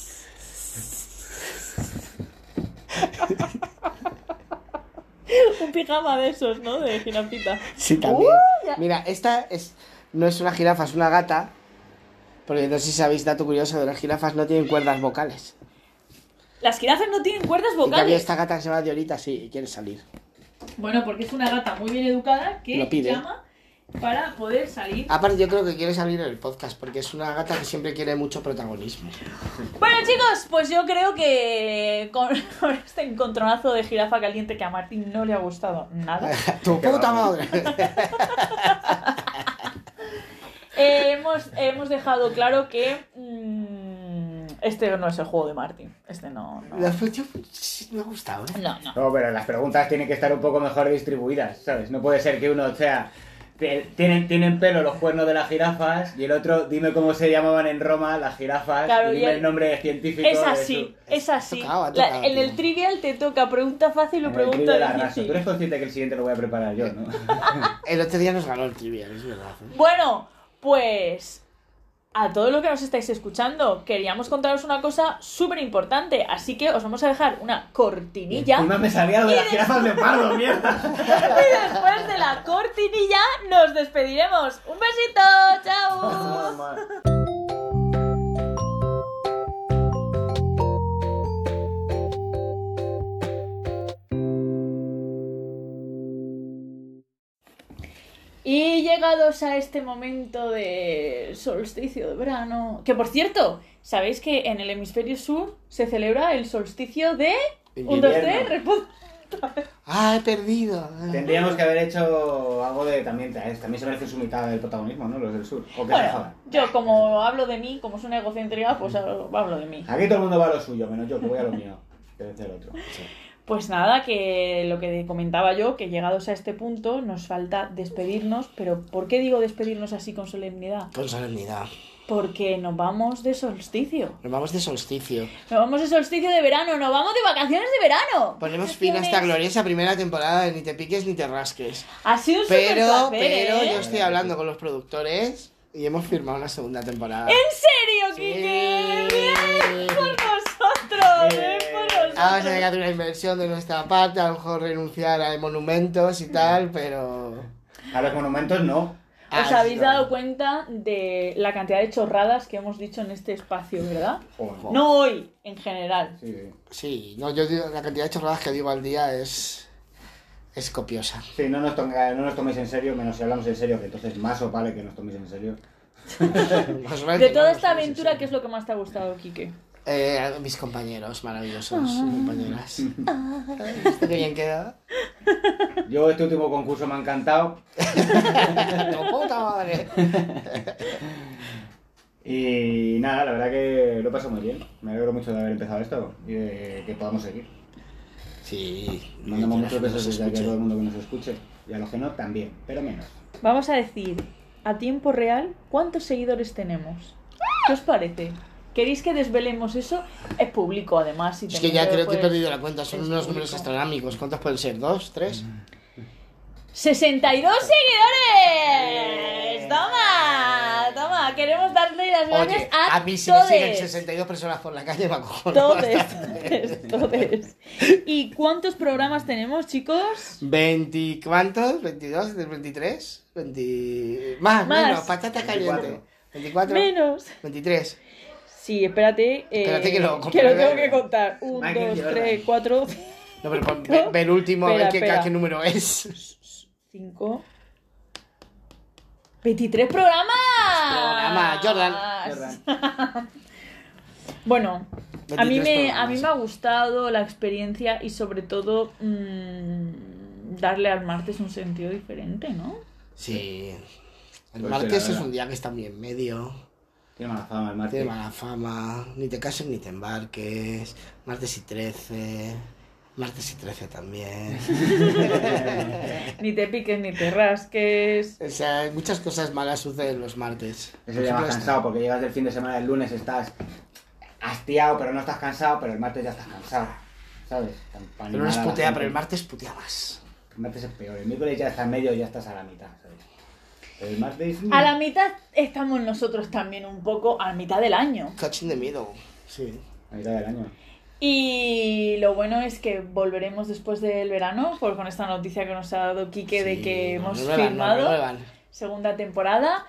Un pijama de esos, ¿no? De jirafita. Sí, también. Uh, ya. Mira, esta es no es una jirafa, es una gata. Porque no sé si sabéis, dato curioso, de las jirafas no tienen cuerdas vocales. Las jirafas no tienen cuerdas En cambio, vocales. esta gata que se llama Diorita sí, y quiere salir. Bueno, porque es una gata muy bien educada que Lo pide. llama para poder salir. Aparte, yo creo que quiere salir en el podcast, porque es una gata que siempre quiere mucho protagonismo. Bueno, chicos, pues yo creo que con, con este encontronazo de jirafa caliente que a Martín no le ha gustado nada, ¡Tu puta madre! eh, hemos, hemos dejado claro que mm, Este no es el juego de Martin. Este no. no. La fecha sí me ha gustado, ¿eh? No, no. No, pero las preguntas tienen que estar un poco mejor distribuidas, ¿sabes? No puede ser que uno, o sea, te- tienen, tienen pelo los cuernos de las jirafas y el otro, dime cómo se llamaban en Roma las jirafas Claro, y y dime el- el nombre científico Es de así, su... es así. tocado, ha La- tocado, en el tío. trivial te toca pregunta fácil o En el pregunta trivial arraso. difícil. Tú eres consciente que el siguiente lo voy a preparar yo, ¿no? El otro día nos ganó el trivial, es verdad. ¿eh? Bueno, pues a todos los que nos estáis escuchando, queríamos contaros una cosa súper importante, así que os vamos a dejar una cortinilla. Encima me salía lo de las jirafas de pardo, mierda. Y después de la cortinilla nos despediremos. ¡Un besito! ¡Chao! Y llegados a este momento de solsticio de verano, que por cierto, ¿sabéis que en el hemisferio sur se celebra el solsticio de... Un, dos, Invierno. tres, responde. Ah, he perdido. Tendríamos que haber hecho algo de... También, también se merece su mitad del protagonismo, ¿no? Los del sur. ¿O qué se Bueno, jodan? yo como hablo de mí, como soy una egocéntrica, pues hablo, hablo de mí. Aquí todo el mundo va a lo suyo, menos yo, que voy a lo mío. Que debe ser el otro. Pues nada, que lo que comentaba yo, que llegados a este punto nos falta despedirnos, pero ¿por qué digo despedirnos así con solemnidad? Con solemnidad. Porque nos vamos de solsticio. Nos vamos de solsticio. Nos vamos de solsticio de verano, nos vamos de vacaciones de verano. Ponemos fin a esta gloriosa primera temporada de Ni te piques ni te rasques. Ha sido un Pero, superplacer, pero ¿eh? yo estoy hablando con los productores y hemos firmado una segunda temporada. ¿En serio, Sí. Quique? ¡Bien por nosotros! ¡Bien por nosotros! Vamos a tener que hacer una inversión de nuestra parte, a lo mejor renunciar a monumentos y tal, pero... A los monumentos no. ¿Os Ah, habéis sí, dado cuenta de la cantidad de chorradas que hemos dicho en este espacio, verdad? Joder. No hoy, en general. Sí, sí. Sí, no, yo digo, la cantidad de chorradas que digo al día es... es copiosa. Sí, no nos, tonga- no nos toméis en serio, menos si hablamos en serio, que entonces más os vale que nos toméis en serio. Más vale De que toda no, esta no sé, aventura, sí. ¿qué es lo que más te ha gustado, Quique? Eh, mis compañeros maravillosos y compañeras. ¿Esto qué bien queda? Yo este último concurso me ha encantado. ¡Tu puta madre! Y nada, la verdad que lo paso muy bien. Me alegro mucho de haber empezado esto y de que podamos seguir. Sí. Mandamos que la muchos gente besos nos desde aquí a escuche. todo el mundo que nos escuche. Y a los que no, también, pero menos. Vamos a decir, a tiempo real, ¿cuántos seguidores tenemos? ¿Qué os parece? ¿Queréis que desvelemos eso? Es público, además. Si Es que tenéis ya creo que he pues, perdido la cuenta, son es unos público. números astronómicos. ¿Cuántos pueden ser? ¿Dos? ¿Tres? ¡sesenta y dos seguidores! ¡Toma! ¡Toma! Queremos darle las gracias Oye, a, a mí si me todes. siguen sesenta y dos personas por la calle me acojono. Todes, todes, todes. ¿Y cuántos programas tenemos, chicos? ¿Veinti cuántos? ¿veintidós? ¿veintitrés? veinte... Más, Más. menos, patata caliente. ¿veinticuatro? Menos. ¿veintitrés? Sí, espérate. eh, Espérate que lo que lo tengo compruebe. que contar. Un, Michael dos, Jordan. tres, cuatro, No, pero pon- ve, ve el último, a ver Espera, qué, espera. qué número es. cinco. ¡veintitrés programas! Programa, Jordan. Jordan. Bueno, a mí, veintitrés me, a programas. mí me ha gustado la experiencia y sobre todo mmm, darle al martes un sentido diferente, ¿no? Sí. El Pues martes sí, la es verdad. un día que está muy en medio. Tiene mala fama el martes. Tiene mala fama. Ni te cases ni te embarques. Martes y trece. Martes y trece también. Ni te piques ni te rasques. O sea, muchas cosas malas suceden los martes. Ese día vas cansado porque llegas del fin de semana, el lunes estás hastiado, pero no estás cansado, pero el martes ya estás cansado. ¿Sabes? Tan- para El lunes animar a la putea, gente. pero el martes putea más. El martes es peor. El miércoles ya está en medio y ya estás a la mitad, ¿sabes? Pero el martes... A la mitad estamos nosotros también un poco, a la mitad del año. Catch in the middle. Sí. La mitad del año. Y lo bueno es que volveremos después del verano, por con esta noticia que nos ha dado Quique de Sí, que nos hemos renuevan, nos firmado renuevan. segunda temporada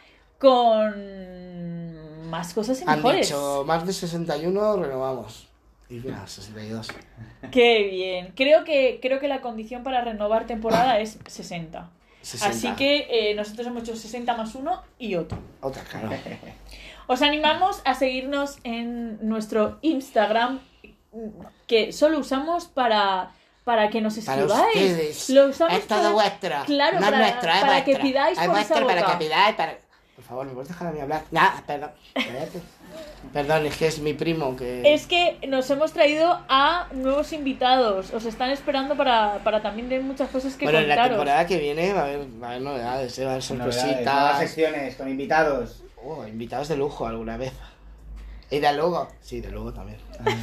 con más cosas y Han mejores. dicho más de sesenta y uno, renovamos. Y mira, sesenta y dos. Qué bien. Creo que, creo que la condición para renovar temporada es sesenta. sesenta. Así que eh, nosotros hemos hecho sesenta más uno y otro. Otra, claro. Os animamos a seguirnos en nuestro Instagram, que solo usamos para, para que nos Para escribáis. ustedes. Lo usamos Es todo para- vuestro. Claro, no para, es nuestro, es para vuestro. que pidáis es por esa vuestro para boca. que pidáis. Para... Por favor, ¿me puedes dejar a mí hablar? Nah, perdón. Espérate. Perdón, es que es mi primo que... Es que nos hemos traído a nuevos invitados. Os están esperando para, para también de muchas cosas que Bueno, en la contaros. temporada que viene va a haber, va a haber novedades, ¿eh? Va a haber Novedades, nuevas sorpresitas. secciones con invitados. Oh, invitados de lujo alguna vez. ¿Y de luego? Sí, de luego también.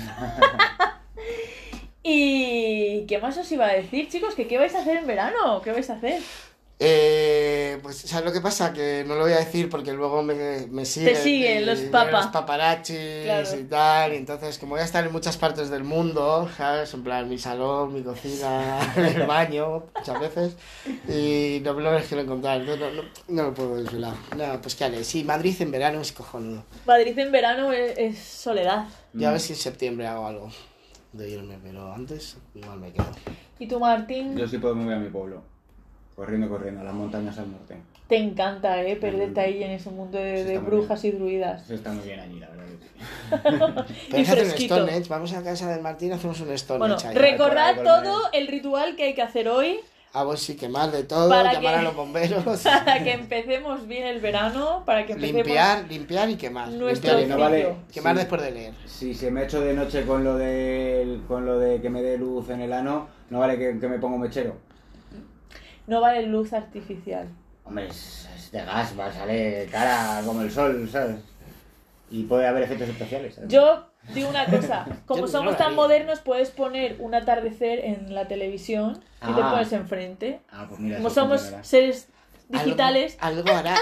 ¿Y qué más os iba a decir, chicos? ¿Que qué vais a hacer en verano? ¿Qué vais a hacer? Eh, pues, ¿sabes lo que pasa? Que no lo voy a decir porque luego me, me siguen, siguen y- los y papa. los paparazzis Claro. y tal. Y entonces, como voy a estar en muchas partes del mundo, ¿sabes? En plan, mi salón, mi cocina, el baño, muchas veces. Y no me lo quiero encontrar. No, no, no, no lo puedo desvelar. No, pues qué haré. Sí, Madrid en verano es cojonudo. Madrid en verano es, es soledad. Ya a ver si en septiembre hago algo de irme, pero antes igual me quedo. ¿Y tú, Martín? Yo sí puedo, me voy a mi pueblo. Corriendo, corriendo, a las montañas al norte. Te encanta, ¿eh? Perderte ahí en ese mundo de, Sí, de está muy brujas y druidas. Eso está muy bien allí, la verdad que sí. Pero Y es hacer un fresquito. Stone Age. Vamos a casa del Martín, hacemos un Stone Bueno, Age ahí. recordad Por ahí, por ahí. todo el ritual que hay que hacer hoy A vos sí, quemar de todo, Para llamar que- a los bomberos, para que empecemos bien el verano, para que empecemos limpiar, limpiar y quemar. nuestro Limpiar y no quemar. vale. oficio. Quemar Sí. después de leer. Si se me echo de noche con lo de, con lo de que me dé luz en el ano, no vale que, que me ponga un mechero. No vale luz artificial. Hombre, es, es de gas, va a salir cara como el sol, ¿sabes? Y puede haber efectos especiales, ¿sabes? Yo digo una cosa, Yo como no somos lo tan haría. modernos, puedes poner un atardecer en la televisión y te Ah. pones enfrente. Ah, pues mira, Como eso somos funcionará. seres digitales, Algo, algo hará.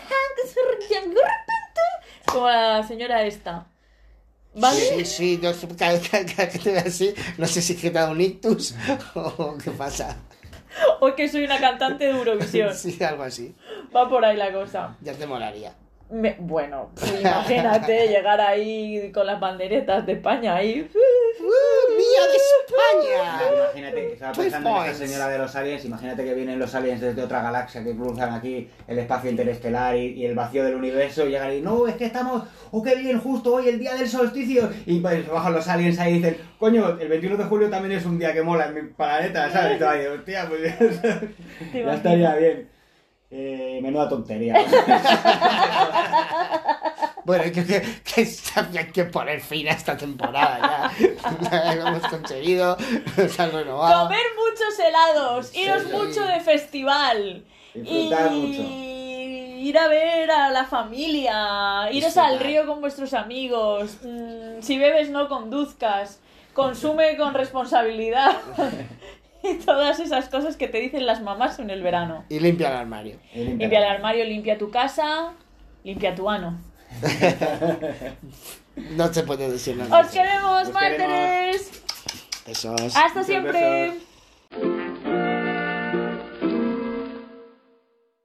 como la señora esta. ¿Vale? Sí, sí, no sé, cada, cada- cada que te veo así, no sé si es que te da un ictus o qué pasa. O que soy una cantante de Eurovisión. Sí, algo así. Va por ahí la cosa. Ya te molaría. Me- bueno, pues imagínate llegar ahí con las banderetas de España ahí. ¡Uh, ¡Mía de España! Imagínate, estaba Twelve pensando en esta points. señora de los aliens, imagínate que vienen los aliens desde otra galaxia que cruzan aquí el espacio interestelar y, y el vacío del universo y llegan y no, es que estamos, oh qué bien, justo hoy el día del solsticio y pues bajan los aliens ahí y dicen, coño, el veintiuno de julio también es un día que mola en mi planeta, ¿sabes? Y todo ahí, hostia, pues ¿Te ya imaginas? estaría bien. Eh, menuda tontería. Bueno, creo que, que hay que poner fin a esta temporada ya. Ya lo hemos conseguido, nos han renovado. Comer muchos helados, iros sí. mucho de festival. Disfrutar y mucho. ir a ver a la familia, iros Disfrutar. al río con vuestros amigos. Mm, si bebes no conduzcas, consume con responsabilidad. Y todas esas cosas que te dicen las mamás en el verano. Y limpia el armario. Limpia el armario, limpia tu casa, limpia tu ano. No se puede decir nada. ¡Os queremos, Os queremos. mártires! Besos. ¡Hasta Muchos siempre! besos.